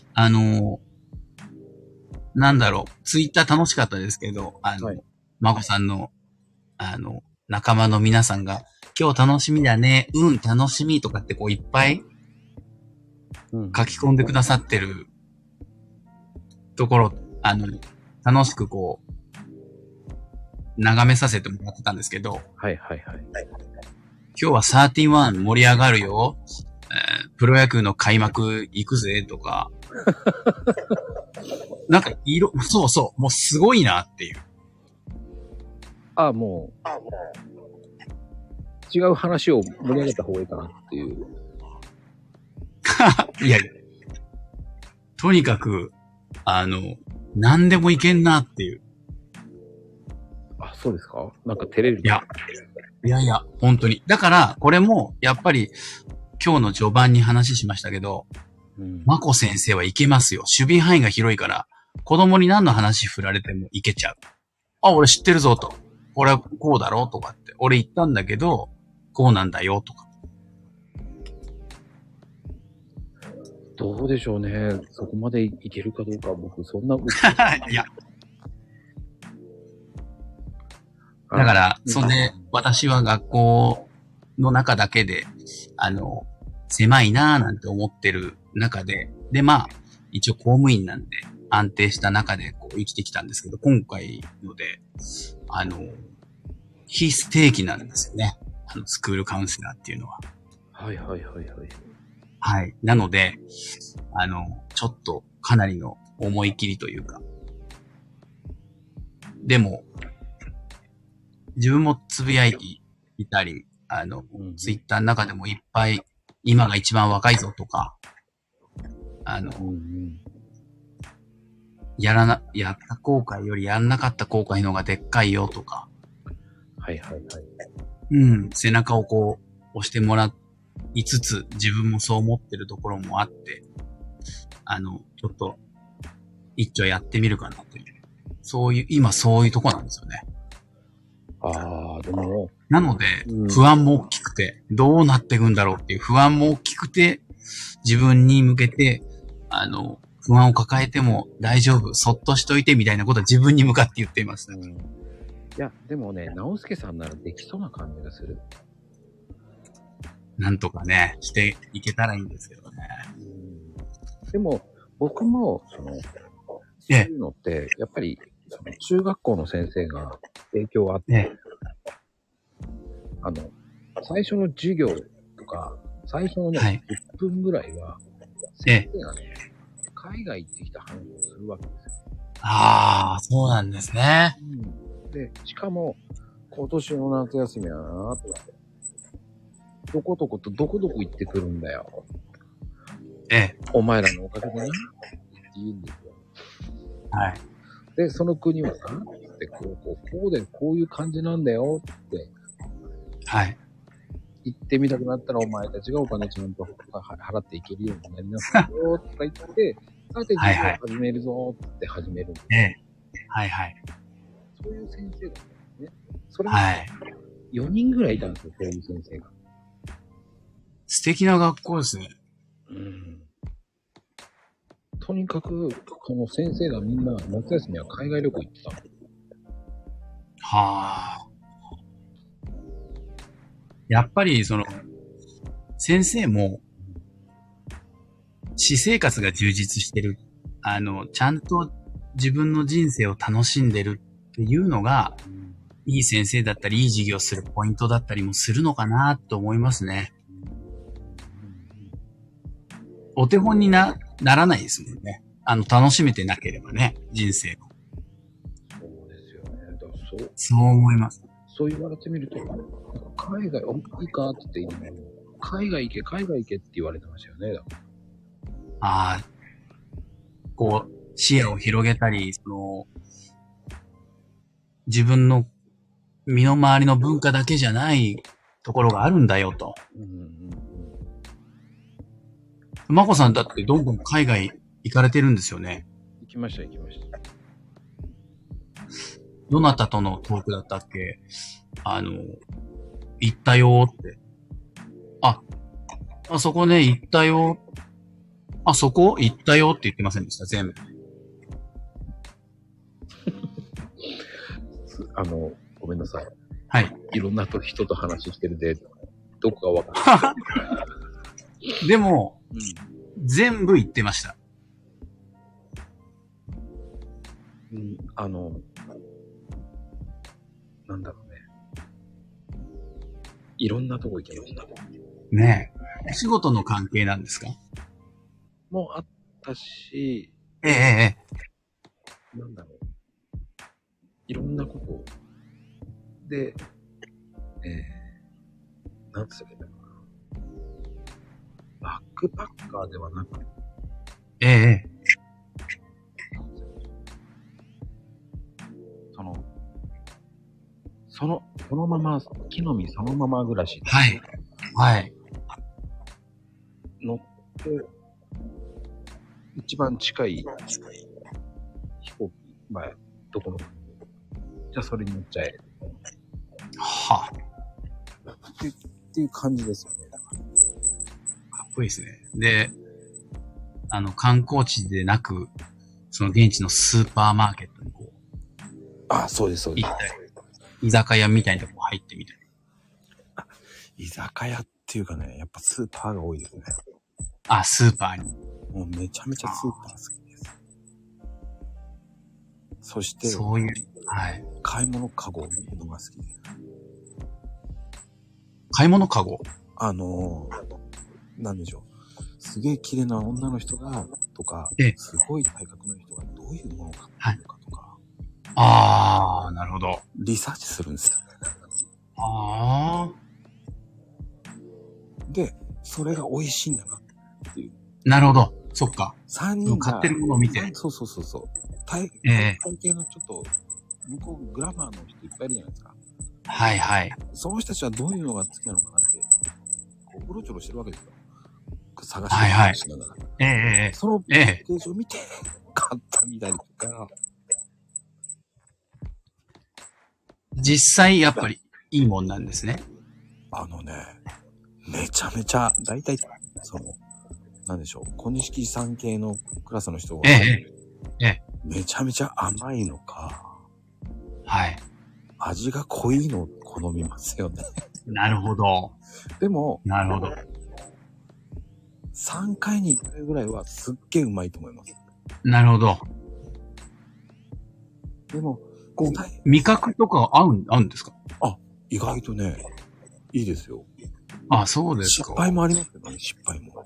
S2: なんだろう、ツイッター楽しかったですけど、まこさんの、仲間の皆さんが、今日楽しみだね、楽しみとかってこういっぱい書き込んでくださってるところ、楽しくこう、眺めさせてもらってたんですけど、
S1: はいはいはい。
S2: 今日は31盛り上がるよ、プロ野球の開幕行くぜとか、なんかそうそう、もうすごいなっていう。
S1: もう、違う話を盛り上げた方がいいかなっていう。
S2: いや、とにかく、何でもいけんなっていう。
S1: あ、そうですか？なんか照れる。
S2: いや、本当に。だから、これも、やっぱり、今日の序盤に話しましたけど、まこ先生はいけますよ。守備範囲が広いから、子供に何の話振られてもいけちゃう。あ、俺知ってるぞと。俺はこうだろうとかって。俺言ったんだけど、こうなんだよとか。
S1: どうでしょうね。そこまでいけるかどうか、僕そんな。
S2: いや。だから、そんで、私は学校の中だけで、狭いなぁなんて思ってる中で、で、まあ、一応公務員なんで、 安定した中でこう生きてきたんですけど、今回ので、非ステーキなんですよね。スクールカウンセラーっていうのは。
S1: はいはいはいはい。
S2: はい。なので、ちょっとかなりの思い切りというか。でも、自分もつぶやいていたり、ツイッターの中でもいっぱい、今が一番若いぞとか、やった後悔よりやんなかった後悔の方がでっかいよとか。
S1: はいはいはい。
S2: 背中をこう、押してもらいつつ、自分もそう思ってるところもあって、ちょっと、一丁やってみるかなという。今そういうとこなんですよね。
S1: でも。
S2: なので、不安も大きくて、どうなっていくんだろうっていう不安も大きくて、自分に向けて、不安を抱えても大丈夫、そっとしといてみたいなことは自分に向かって言っています。
S1: いや、でもね、直輔さんならできそうな感じがする。
S2: なんとかね、していけたらいいんですけどね。
S1: でも、僕も、そういうのって、やっぱり、中学校の先生が影響あって、最初の授業とか、最初のね、10分ぐらいは、先生がね、海外行ってきた話をするわけですよ。
S2: そうなんですね。
S1: で、しかも、今年の夏休みはなーとか、どこどことどこどこ行ってくるんだよ。お前らのおかげでな、って言うんですよ。
S2: はい。
S1: で、その国はさ、でこうでこういう感じなんだよって。
S2: はい。
S1: 行ってみたくなったらお前たちがお金ちゃんと払っていけるようになりなさいよとか言って、さて授業始めるぞって始めるんです。
S2: はいはい。
S1: そういう先生がね、それが4人ぐらいいたんですよ、そういう先生が。
S2: 素敵な学校ですね。
S1: とにかく、この先生がみんな夏休みは海外旅行行ってたの。
S2: やっぱり先生も、私生活が充実してる。ちゃんと自分の人生を楽しんでるっていうのが、いい先生だったり、いい授業するポイントだったりもするのかなと思いますね。お手本にならないですもんね。楽しめてなければね、人生を。
S1: そうですよね。だから
S2: そう思います。
S1: そう言われてみると、海外、いいかって言って、海外行けって言われてましたよね。だから
S2: こう、視野を広げたり、自分の身の回りの文化だけじゃないところがあるんだよと。まこさんだってどんどん海外行かれてるんですよね。
S1: 行きました。
S2: どなたとのトークだったっけ？行ったよって。あそこね、行ったよ。あそこ行ったよって言ってませんでした、全部。
S1: ごめんなさい。
S2: はい。
S1: いろんな人と話してるで、どこがわか
S2: る。でも、全部言ってました。
S1: なんだろうね。いろんなとこ行きました。
S2: ねえ。お仕事の関係なんですか？
S1: もうあったし、なんだろう。いろんなことで、なんつうのかな。バックパッカーではなく、そのまま、木の実そのまま暮らし。
S2: はい。
S1: 乗って、一番近い飛行機、どこの、じゃあそれに乗っちゃえ。っていう感じですよね。だから。
S2: かっこいいですね。で、観光地でなく、その現地のスーパーマーケットにこう。
S1: そうです。
S2: 行ったり、居酒屋みたいなとこ入ってみたり。
S1: 居酒屋っていうかね、やっぱスーパーが多いですね。
S2: スーパーに。
S1: もうめちゃめちゃスーパー好きです。 そして、
S2: そういう、はい。
S1: 買い物カゴを見るのが好きで。
S2: 買い物カゴ
S1: なんでしょう。すげえ綺麗な女の人が、とか、すごい体格の人がどういうものを買ってるのかとか。
S2: はい、なるほど。
S1: リサーチするんですよ。
S2: ああ。
S1: で、それが美味しいんだなっていう。
S2: なるほど。そっか。
S1: 3人が
S2: 買ってるものを見て。
S1: そう。体型のちょっと、向こうグラマーの人いっぱいいるじゃないですか。
S2: はいはい。
S1: その人たちはどういうのが好きなのかなって、こう、うろちょろしてるわけですよ。探してしながら。そのパッケージを見て、買ったみたいとか。
S2: 実際、やっぱり、いいもんなんですね。
S1: めちゃめちゃ、だいたい、なんでしょう、小錦さん系のクラスの人は、めちゃめちゃ甘いのか、
S2: はい。
S1: 味が濃いのを好みますよね。
S2: なるほど。
S1: でも、
S2: なるほど。
S1: 3回に1回ぐらいはすっげえうまいと思います。
S2: なるほど。
S1: でも、
S2: 味覚とか合うんですか？
S1: 意外とね、いいですよ。
S2: そうですか。
S1: 失敗もありますけどね、失敗も。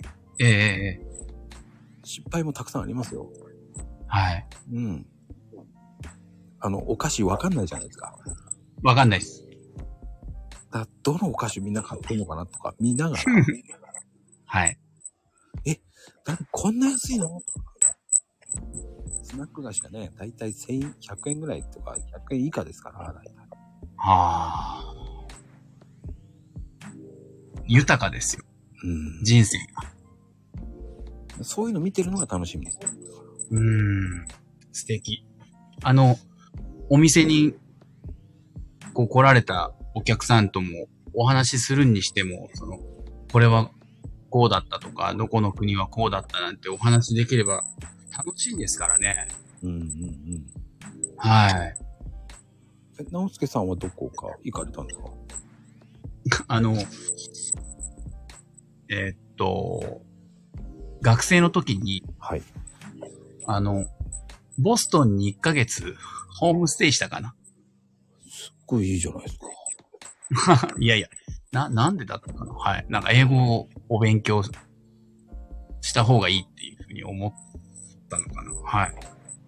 S1: 失敗もたくさんありますよ。
S2: はい。
S1: うん。お菓子わかんないじゃないですか。
S2: わかんないです。
S1: どのお菓子みんな買ってんのかなとか見ながら。
S2: はい。
S1: こんな安いの？スナック菓子がね、だいたい100円ぐらいとか、100円以下ですから、だいたい。
S2: 豊かですよ。人生が。
S1: そういうの見てるのが楽しみです。
S2: 素敵。お店に、来られたお客さんともお話しするにしても、これはこうだったとか、どこの国はこうだったなんてお話できれば楽しいですからね。はい。
S1: 直輔さんはどこか行かれたんですか？
S2: 学生の時に、
S1: はい。
S2: ボストンに1ヶ月ホームステイしたかな。
S1: すっごいいいじゃないです
S2: か。いやいや、なんでだったかな。はい。なんか英語をお勉強した方がいいっていうふうに思ったのかな。はい。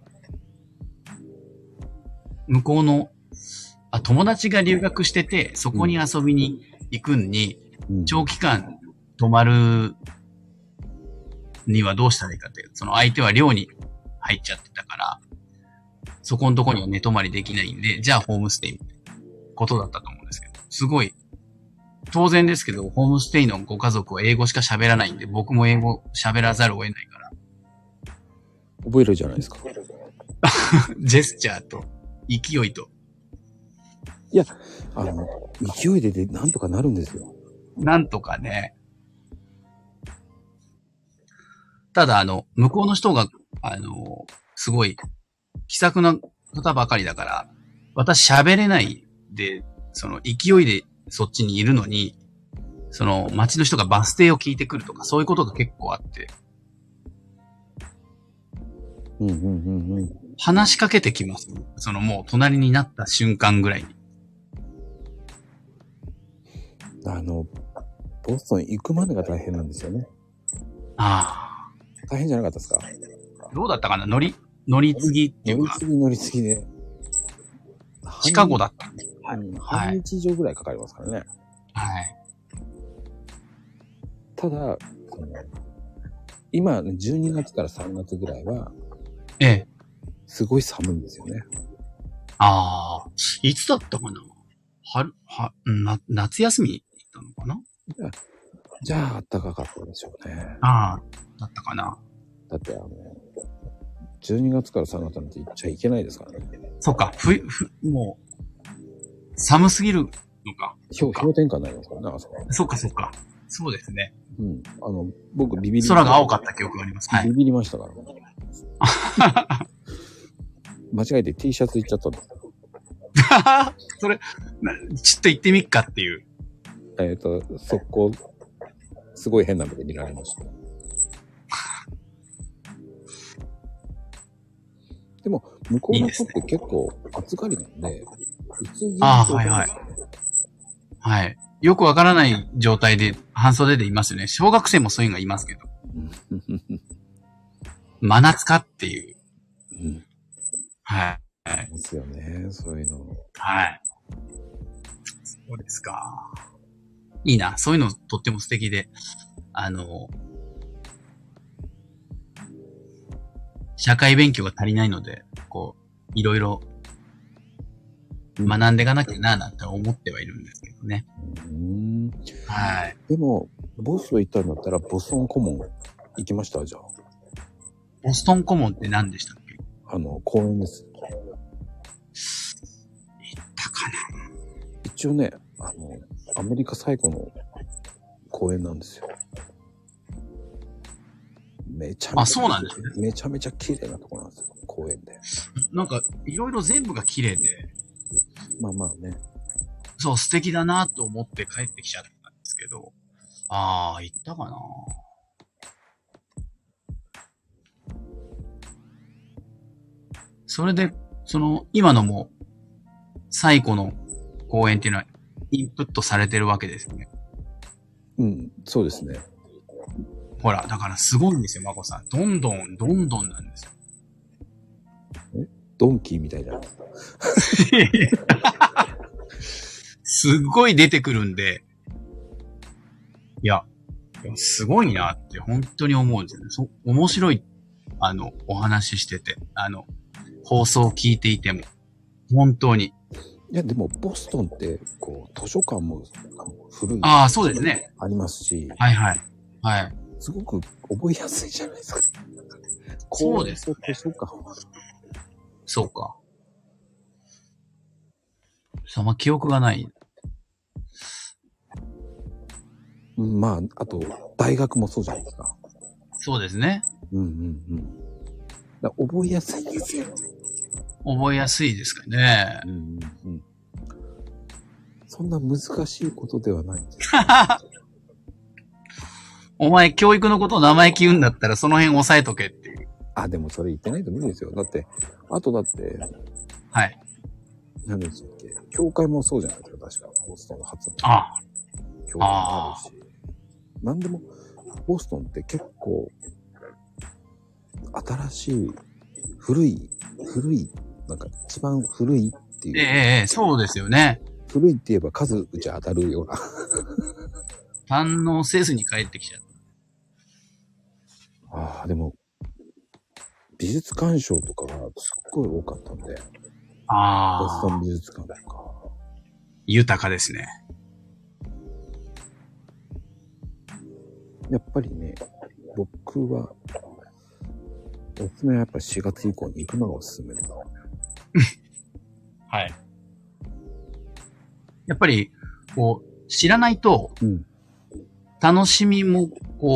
S2: 向こうの、友達が留学してて、そこに遊びに行くんに、長期間泊まるにはどうしたらいいかって、その相手は寮に入っちゃってたから、そこのとこには寝泊まりできないんで、じゃあホームステイみたいなことだったと思うんですけど、すごい、当然ですけど、ホームステイのご家族は英語しか喋らないんで、僕も英語喋らざるを得ないから。
S1: 覚えるじゃないですか。
S2: ジェスチャーと、勢いと。
S1: いや、勢いでなんとかなるんですよ。
S2: なんとかね。ただ、向こうの人が、すごい、気さくな方ばかりだから、私喋れないで、勢いでそっちにいるのに、街の人がバス停を聞いてくるとか、そういうことが結構あって。話しかけてきます。もう隣になった瞬間ぐらいに。
S1: ボストン行くまでが大変なんですよね。大変じゃなかったですか？
S2: どうだったかな？乗り継ぎっていうか。
S1: 乗り継ぎで。
S2: シカゴだった。
S1: 半日以上ぐらいかかりますからね。
S2: はい。
S1: ただ、今、12月から3月ぐらいは、すごい寒いんですよね。
S2: いつだったかな？夏休みだったのかな？
S1: じゃあ、暖かかったでしょうね。
S2: だったかな。
S1: だって12月から3月なんて行っちゃいけないですからね。
S2: そっか、もう、寒すぎるのか。
S1: 氷点下になりますからね、あそこ。
S2: そっか。そうですね。
S1: 僕ビビり。
S2: 空が青かった記憶があります。
S1: ビビりましたからね。間違えて T シャツ行っちゃったんです。
S2: それ、ちょっと行ってみっかっていう。
S1: 速攻、すごい変な目で見られました。 でも、向こうの人って結構暑がりなんで、
S2: はいはい。はい。よくわからない状態で半袖でいますよね。小学生もそういうのがいますけど。真夏かっていう。
S1: うん、
S2: はい。はい。
S1: ですよね、そういうの。
S2: はい。そうですか。いいな。そういうのとっても素敵で。社会勉強が足りないので、こう、いろいろ学んでいかなきゃななんて思ってはいるんですけどね。はい。
S1: でも、ボストン行ったんだったら、ボストンコモン行きましたじゃあ。
S2: ボストンコモンって何でしたっけ？
S1: 公園です。
S2: 行ったかな？
S1: 一応ね、アメリカ最古の公園なんですよ。めちゃめちゃ。
S2: あ、そうなんですね。
S1: めちゃめちゃ綺麗なとこなんですよ、公園で。
S2: なんか、いろいろ全部が綺麗で。
S1: まあまあね。
S2: そう、素敵だなと思って帰ってきちゃったんですけど。ああ、行ったかな？それで、今のも、最古の公演っていうのは、インプットされてるわけですね。
S1: うん、そうですね。
S2: ほら、だからすごいんですよ、まこさん。どんどんなんですよ。
S1: ドンキーみたいじゃないですか。
S2: すっごい出てくるんで、いや、すごいなって本当に思うんですよね。面白い、お話ししてて、放送を聞いていても、本当に。
S1: いや、でも、ボストンって、図書館も古い。
S2: ああ、そうですね。
S1: ありますし。
S2: はいはい。はい。
S1: すごく覚えやすいじゃないですか。
S2: そうですね。
S1: 図書館。
S2: そうか。あんま記憶がない。
S1: まあ、あと、大学もそうじゃないですか。
S2: そうですね。
S1: 覚えやすいですよ。
S2: 覚えやすいですかね。
S1: そんな難しいことではないんです。
S2: お前、教育のことを生意気言うんだったら、その辺押さえとけっていう。
S1: あ、でもそれ言ってないと無理ですよ。だって、あとだって、
S2: はい。
S1: 何でしたっけ？教会もそうじゃないですか、確か。ボストンの初の。
S2: あ
S1: 教会もあるし。なんでも、ボストンって結構、新しい、古い、なんか一番古いっていう。
S2: ええ、そうですよね。
S1: 古いって言えば数打ち当たるような。
S2: 堪能せずに帰ってきちゃった。
S1: ああ、でも、美術鑑賞とかがすっごい多かったんで。
S2: ああ。
S1: ボストン美術館とか。
S2: 豊かですね。
S1: やっぱりね、僕は、おすすめはやっぱ4月以降に行くのがおすすめです。
S2: はい。やっぱり、知らないと、楽しみも、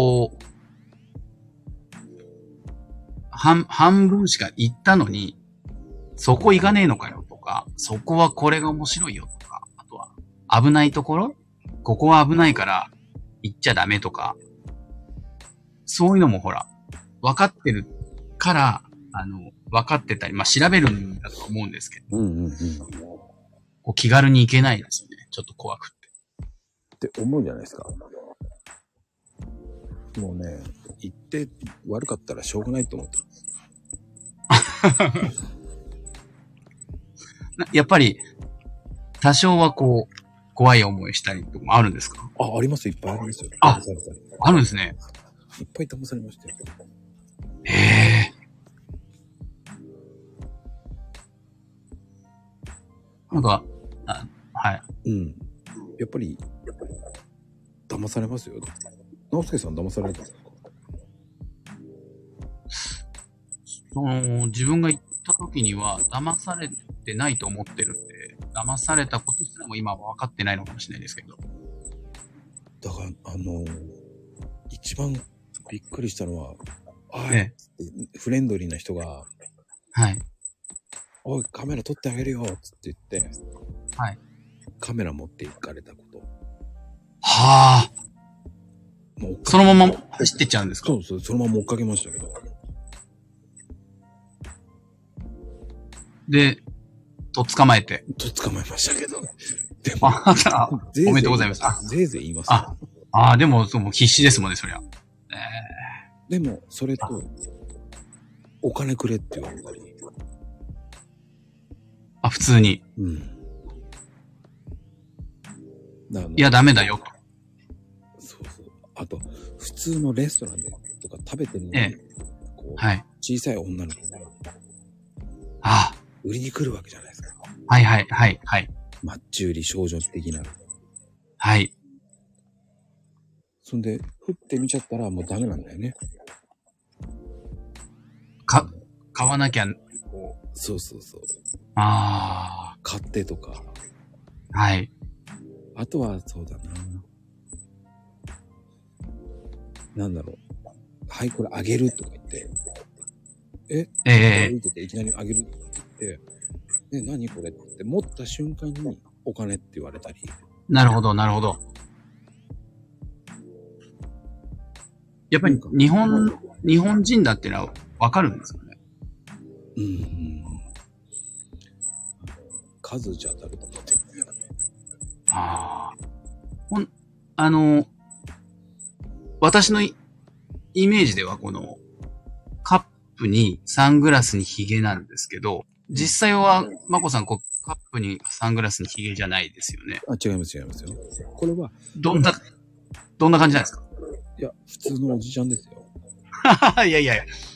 S2: 半分しか行ったのに、そこ行かねえのかよとか、そこはこれが面白いよとか、あとは、危ないところ？ここは危ないから行っちゃダメとか、そういうのもほら、分かってるから、分かってたり、まあ、調べるんだと思うんですけど、気軽に行けないですよね。ちょっと怖く
S1: て。って思うじゃないですか。もうね、行って悪かったらしょうがないと思ってます。
S2: やっぱり、多少は怖い思いしたりとかもあるんですか？
S1: あります。いっぱいありますよ。
S2: あるんですね。
S1: いっぱい騙されましたよ。
S2: へえ。なんか、はい。
S1: やっぱり、騙されますよ。直輔さん騙されたんですか？
S2: 自分が行った時には、騙されてないと思ってるんで、騙されたことすらも今は分かってないのかもしれないですけど。
S1: だから、一番びっくりしたのは、フレンドリーな人が、
S2: はい。
S1: おい、カメラ撮ってあげるよって言って、
S2: はい。
S1: カメラ持って行かれたこと。
S2: はあ。そのまま走ってっちゃうんですか？
S1: そう、そのまま追っかけましたけど。
S2: で、と捕まえて。
S1: と捕まえましたけど。で
S2: も、おめでとうございます。
S1: ぜいぜい言います。
S2: でも、必死ですもんね、そりゃ。
S1: でも、それと、お金くれって言われたり。
S2: 普通に。
S1: うん。
S2: いや、ダメだよ。
S1: そうそう。あと、普通のレストランでとか食べてるのに、
S2: はい。
S1: 小さい女の子が、売りに来るわけじゃないですか。
S2: はいはいはいはい。
S1: マッチ売り少女的な。
S2: はい。
S1: そんで、振ってみちゃったらもうダメなんだよね。
S2: 買わなきゃ。
S1: そうそうそう。買ってとか。
S2: はい。
S1: あとは、そうだな。なんだろう。はい、これあげるとか言って。歩いてていきなりあげるって言って、何これって持った瞬間にお金って言われたり。
S2: なるほど、なるほど。やっぱり日本人だってのはわかるんですかね。
S1: 数じゃ当たると思ってる。
S2: 私のイメージではこのカップにサングラスにヒゲなんですけど、実際はまこさんカップにサングラスにヒゲじゃないですよね。
S1: 違いますよ。これは
S2: どんな感じなんですか？
S1: いや、普通のおじちゃんですよ。
S2: いや。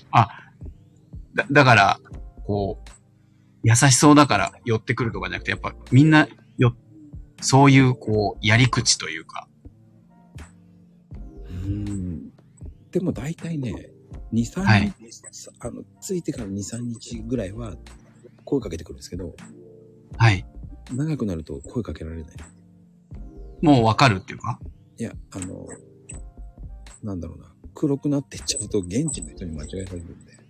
S2: だから、優しそうだから寄ってくるとかじゃなくて、やっぱみんなそういうやり口というか。
S1: でも大体ね、2、3日、ついてから2、3日ぐらいは声かけてくるんですけど、
S2: はい。
S1: 長くなると声かけられない。
S2: もうわかるっていうか？
S1: いや、なんだろうな。黒くなっていっちゃうと現地の人に間違えられるんで。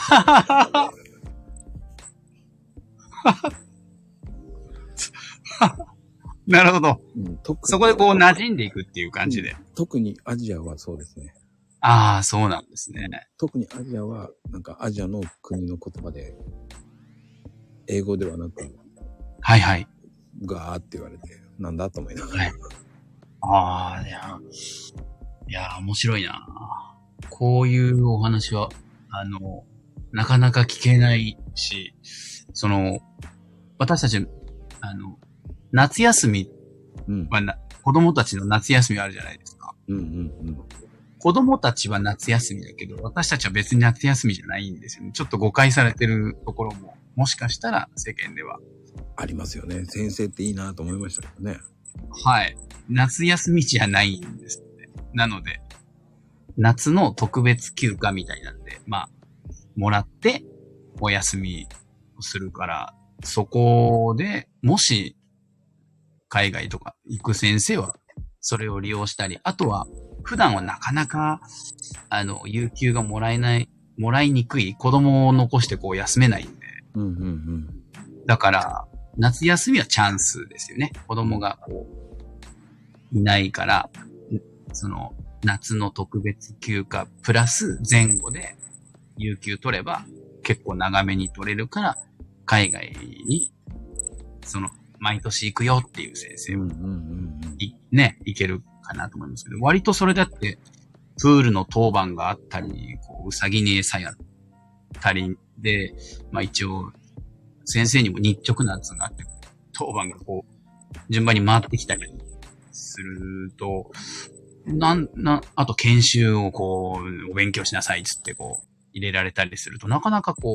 S2: なるほど。そこで馴染んでいくっていう感じで。
S1: 特にアジアはそうですね。
S2: そうなんですね。
S1: 特にアジアは、なんかアジアの国の言葉で、英語ではなく、
S2: はいはい。
S1: ガーって言われて、なんだと思いなが
S2: ら。いや、面白いな。こういうお話は、なかなか聞けないし、私たち、夏休みは子供たちの夏休みあるじゃないですか。子供たちは夏休みだけど、私たちは別に夏休みじゃないんですよね。ちょっと誤解されてるところも、もしかしたら世間では。
S1: ありますよね。先生っていいなと思いましたけどね。
S2: はい。夏休みじゃないんですね。なので、夏の特別休暇みたいなんで、もらってお休みをするから、そこでもし海外とか行く先生はそれを利用したり、あとは普段はなかなか有給がもらいにくい子供を残して休めないんで。だから夏休みはチャンスですよね。子供がいないから、夏の特別休暇プラス前後で有給取れば結構長めに取れるから、海外に毎年行くよっていう先生も行けるかなと思いますけど、割とそれだってプールの当番があったり、うさぎに餌やったりで、一応先生にも日直なやつがあって、当番が順番に回ってきたりすると、あと研修をお勉強しなさいっつって入れられたりすると、なかなか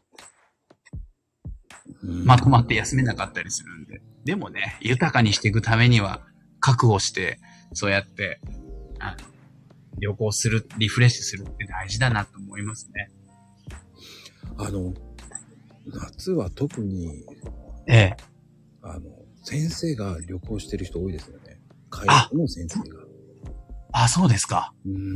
S2: まとまって休めなかったりするんで。でもね、豊かにしていくためには、覚悟して、そうやって、旅行する、リフレッシュするって大事だなと思いますね。
S1: 夏は特に、先生が旅行してる人多いですよね。海外の先生が。
S2: そうですか。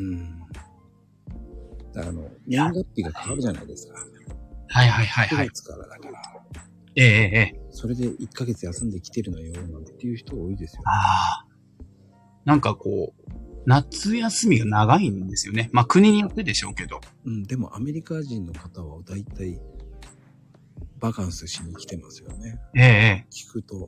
S1: 年月日が変わるじゃないですか。
S2: はい。
S1: 9月からだから。それで1ヶ月休んできてるのよ、なんていう人多いですよ。
S2: なんか夏休みが長いんですよね。国によってでしょうけど。
S1: でもアメリカ人の方はだいたいバカンスしに来てますよね。聞くと、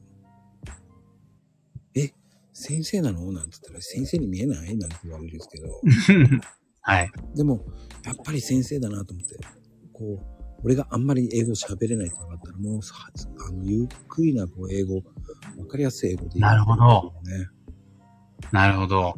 S1: 先生なのなんて言ったら、先生に見えないなんて言われるんですけど。
S2: はい。
S1: でも、やっぱり先生だなと思って、俺があんまり英語喋れないとかだったら、もう、ゆっくりな英語、わかりやすい英語で言う、ね。
S2: なるほど。なるほど。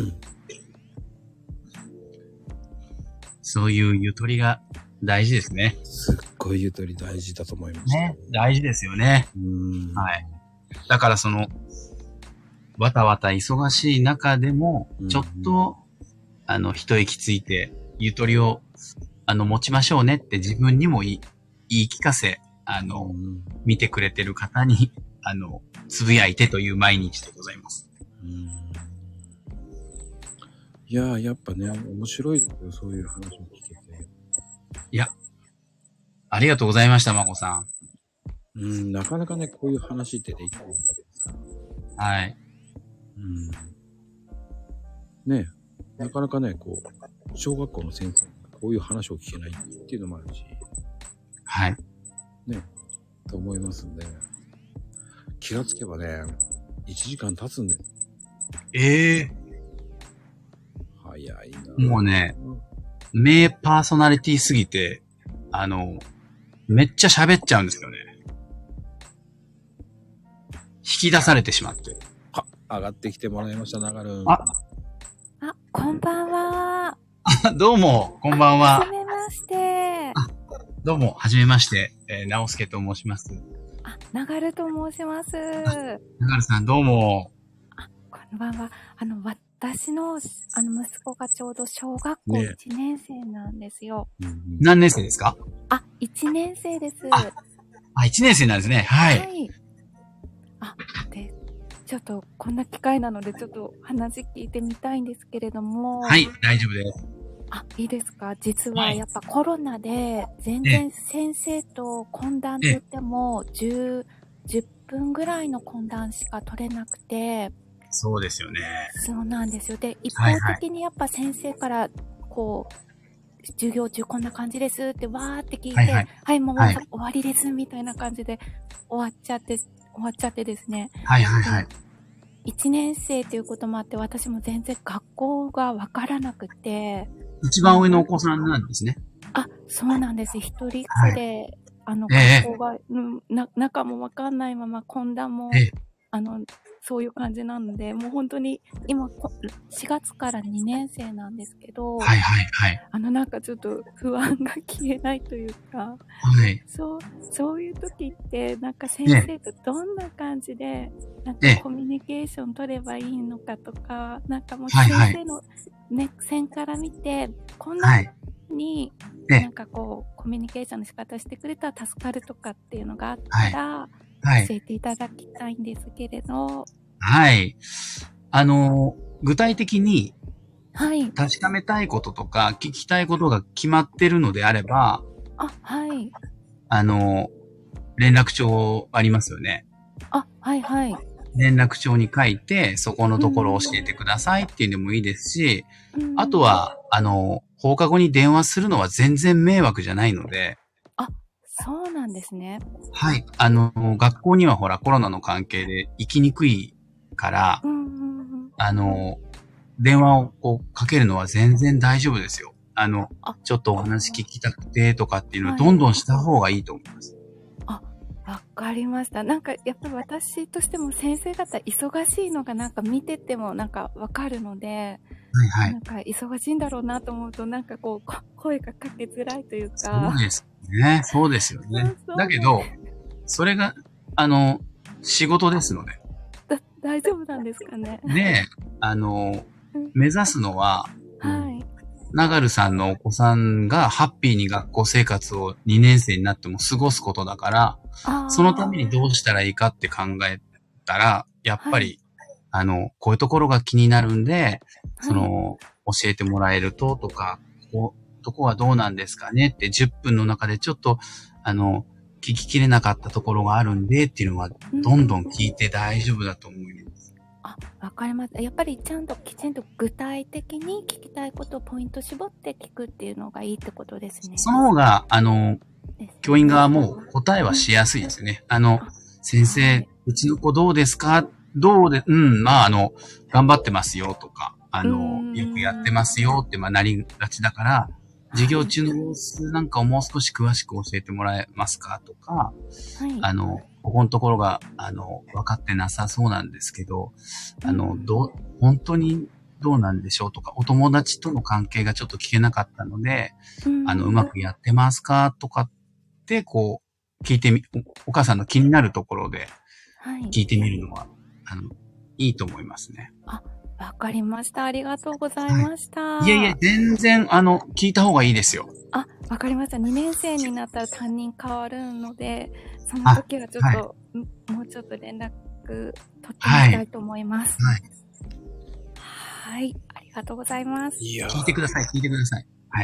S2: そういうゆとりが大事ですね。
S1: すっごいゆとり大事だと思いますね。
S2: 大事ですよね。はい。だからわたわた忙しい中でも、ちょっと、一息ついて、ゆとりを、持ちましょうねって自分にも言い聞かせ、見てくれてる方に、つぶやいてという毎日でございます。
S1: いやー、やっぱね、面白いですよ、そういう話を聞けて。
S2: いや、ありがとうございました、まこさ
S1: ん。なかなかね、こういう話ってできないんですよ。
S2: はい。
S1: ね、なかなかね、小学校の先生がこういう話を聞けないっていうのもあるし。
S2: はい。
S1: ね、と思いますんで。気がつけばね、1時間経つんです。早いな。
S2: もうね、名パーソナリティすぎて、めっちゃ喋っちゃうんですよね。引き出されてしまって。
S1: 上がってきてもらいました、ながるん。
S3: こんばんは。
S2: どうも、こんばんは。
S3: はじめまして。
S2: どうも、はじめまして。なおすけと申します。
S3: ながると申します。
S2: ながるさん、どうも。
S3: こんばんは。私の、息子がちょうど小学校1年生なんですよ。
S2: 何年生ですか
S3: ？1年生です。
S2: 1年生なんですね。はい。はい。
S3: で、ちょっと、こんな機会なので、ちょっと話聞いてみたいんですけれども。
S2: はい、大丈夫です。
S3: いいですか？実はやっぱコロナで、全然先生と懇談といっても、10分ぐらいの懇談しか取れなくて。
S2: そうですよね。
S3: そうなんですよ。で、一方的にやっぱ先生から、授業中こんな感じですってわーって聞いて、はい、もう終わりですみたいな感じで終わっちゃってですね。1年生ということもあって、私も全然学校がわからなくて。
S2: 一番上のお子さんなんですね。
S3: そうなんです。一人っ子で、学校が、中もわかんないまま懇談も、そういう感じなので、もう本当に今、4月から2年生なんですけど、なんかちょっと不安が消えないというか、そういう時って、なんか先生とどんな感じで、なんかコミュニケーション取ればいいのかとか、なんかもう先生の目線から見て、こんなに、なんかコミュニケーションの仕方してくれたら助かるとかっていうのがあったら、教えていただきたいんですけれど。
S2: はい。具体的に、確かめたいこととか、聞きたいことが決まってるのであれば、連絡帳ありますよね。連絡帳に書いて、そこのところを教えてくださいっていうのもいいですし、あとは、放課後に電話するのは全然迷惑じゃないので、
S3: そうなんですね。
S2: はい。学校にはほらコロナの関係で行きにくいから、電話をかけるのは全然大丈夫ですよ。ちょっとお話聞きたくてとかっていうのはどんどんした方がいいと思います。
S3: わかりました。なんかやっぱり私としても先生方忙しいのがなんか見ててもなんかわかるので、なんか忙しいんだろうなと思うとなんか声がかけづらいというか。
S2: そうですね。そうですよね。だけど、それが、仕事ですので。
S3: 大丈夫なんですかね。
S2: で、目指すのは、ながるさんのお子さんがハッピーに学校生活を2年生になっても過ごすことだから、そのためにどうしたらいいかって考えたら、やっぱり、こういうところが気になるんで、教えてもらえるととか、ここはどうなんですかねって10分の中でちょっと、聞ききれなかったところがあるんでっていうのは、どんどん聞いて大丈夫だと思います。
S3: わかります。やっぱりちゃんときちんと具体的に聞きたいことをポイント絞って聞くっていうのがいいってことですね。
S2: その方が、教員側も答えはしやすいですよね。先生、うちの子どうですか？まあ、頑張ってますよとか、よくやってますよって、なりがちだから、授業中の様子なんかをもう少し詳しく教えてもらえますかとか、ここのところが、分かってなさそうなんですけど、本当にどうなんでしょうとか、お友達との関係がちょっと聞けなかったので、うまくやってますかとかって、こう、聞いてお母さんの気になるところで、聞いてみるのは、いいと思いますね。
S3: あ、わかりました。ありがとうございました。
S2: いえ、全然、聞いた方がいいですよ。
S3: あ、わかりました。2年生になったら担任変わるので、その時はちょっと、もうちょっと連絡取ってみたいと思います。はい。ありがとうございます。
S2: 聞いてください。はい。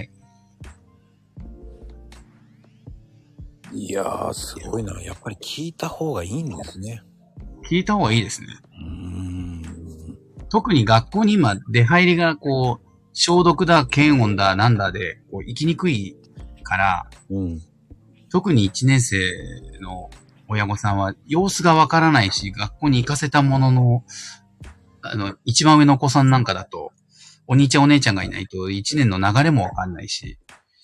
S1: いやー、すごいな。やっぱり聞いた方がいいんですね。
S2: 聞いた方がいいですね。特に学校に今、出入りがこう、消毒だ、検温だ、なんだで、こう、行きにくいから、特に1年生の親御さんは様子がわからないし、学校に行かせたものの、一番上のお子さんなんかだと、お兄ちゃんお姉ちゃんがいないと1年の流れもわかんないし、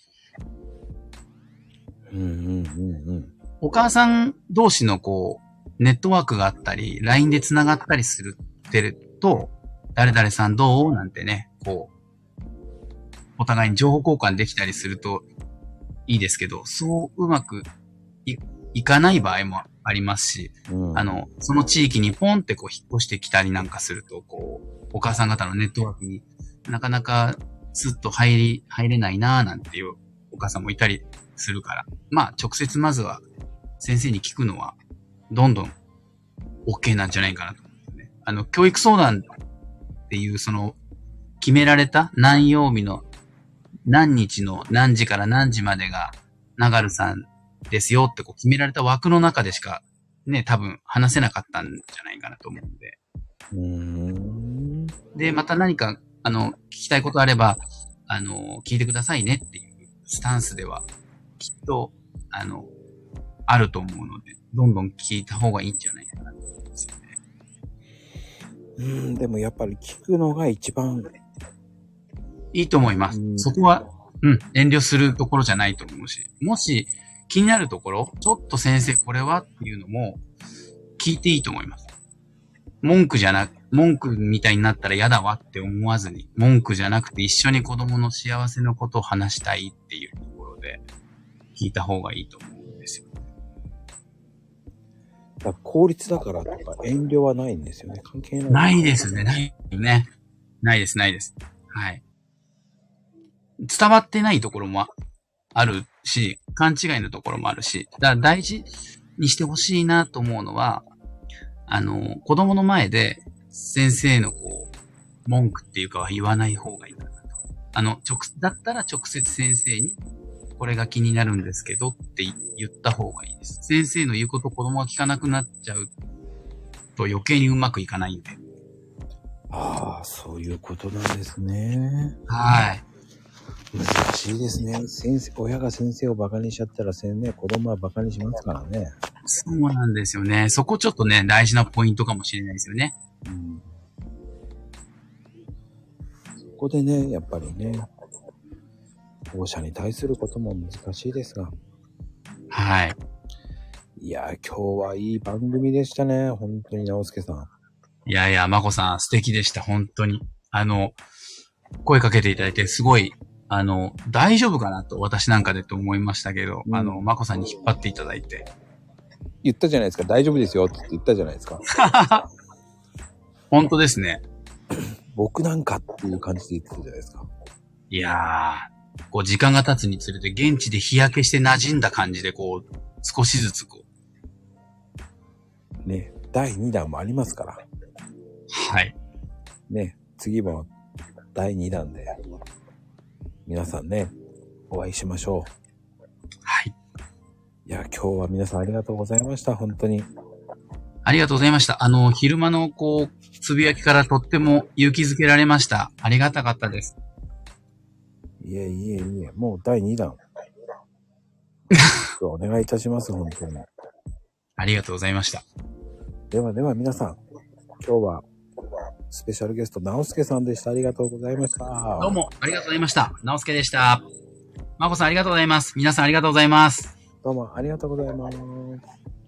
S2: お母さん同士のこう、ネットワークがあったり、LINE で繋がったりってると、誰々さんどうなんてね、こう、お互いに情報交換できたりするといいですけど、そううまくいかない場合もありますし、その地域にポンってこう引っ越してきたりなんかすると、こう、お母さん方のネットワークになかなかスッと入れないなーなんていうお母さんもいたりするから、直接まずは先生に聞くのはどんどん OK なんじゃないかなと思うんですね。教育相談っていうその決められた何曜日の何日の何時から何時までが長るさんですよってこう決められた枠の中でしかね、多分話せなかったんじゃないかなと思うんで。で、また何か聞きたいことあれば聞いてくださいねっていうスタンスではきっとあると思うので、どんどん聞いた方がいいんじゃないかなと思うんですよね。
S1: でもやっぱり聞くのが一番
S2: いいと思います。そこは、遠慮するところじゃないと思うし、もし気になるところ、ちょっと先生これはっていうのも聞いていいと思います。文句みたいになったら嫌だわって思わずに、文句じゃなくて一緒に子供の幸せのことを話したいっていうところで聞いた方がいいと思うんですよ。
S1: 効率だからとか遠慮はないんですよね。関係ない。
S2: ないですね。ないね。ないです。はい。伝わってないところもあるし、勘違いのところもあるし、だから大事にしてほしいなと思うのは、子供の前で先生のこう、文句っていうかは言わない方がいいかなと。だったら直接先生に、これが気になるんですけどって言った方がいいです。先生の言うこと子供が聞かなくなっちゃうと余計にうまくいかないんで。
S1: ああ、そういうことなんですね。
S2: はい。
S1: 難しいですね。親が先生をバカにしちゃったら子供はバカにしますからね。
S2: そうなんですよね。そこちょっとね、大事なポイントかもしれないですよね。
S1: そこでね、やっぱりね、保護者に対することも難しいですが。
S2: はい。
S1: いや、今日はいい番組でしたね。本当に直輔さん。
S2: いや、まこさん素敵でした。本当に。声かけていただいて、すごい、大丈夫かなと私なんかでと思いましたけど、まこさんに引っ張っていただいて。
S1: 言ったじゃないですか。大丈夫ですよって言ったじゃないですか。
S2: 本当ですね。
S1: 僕なんかっていう感じで言ってたじゃないですか。
S2: いやー、こう時間が経つにつれて現地で日焼けして馴染んだ感じでこう、少しずつこ
S1: う。ね、第2弾もありますから。
S2: はい。
S1: ね、次も第2弾で、皆さんね、お会いしましょう。
S2: はい。
S1: いや、今日は皆さんありがとうございました。本当に。
S2: ありがとうございました。昼間のつぶやきからとっても勇気づけられました。ありがたかったです。
S1: いえいえいえ、もう第2弾。お願いいたします、本当に。
S2: ありがとうございました。
S1: ではでは皆さん、今日はスペシャルゲスト、直輔さんでした。ありがとうございました。
S2: どうもありがとうございました。直輔でした。まこさんありがとうございます。皆さんありがとうございます。
S1: どうもありがとうございます。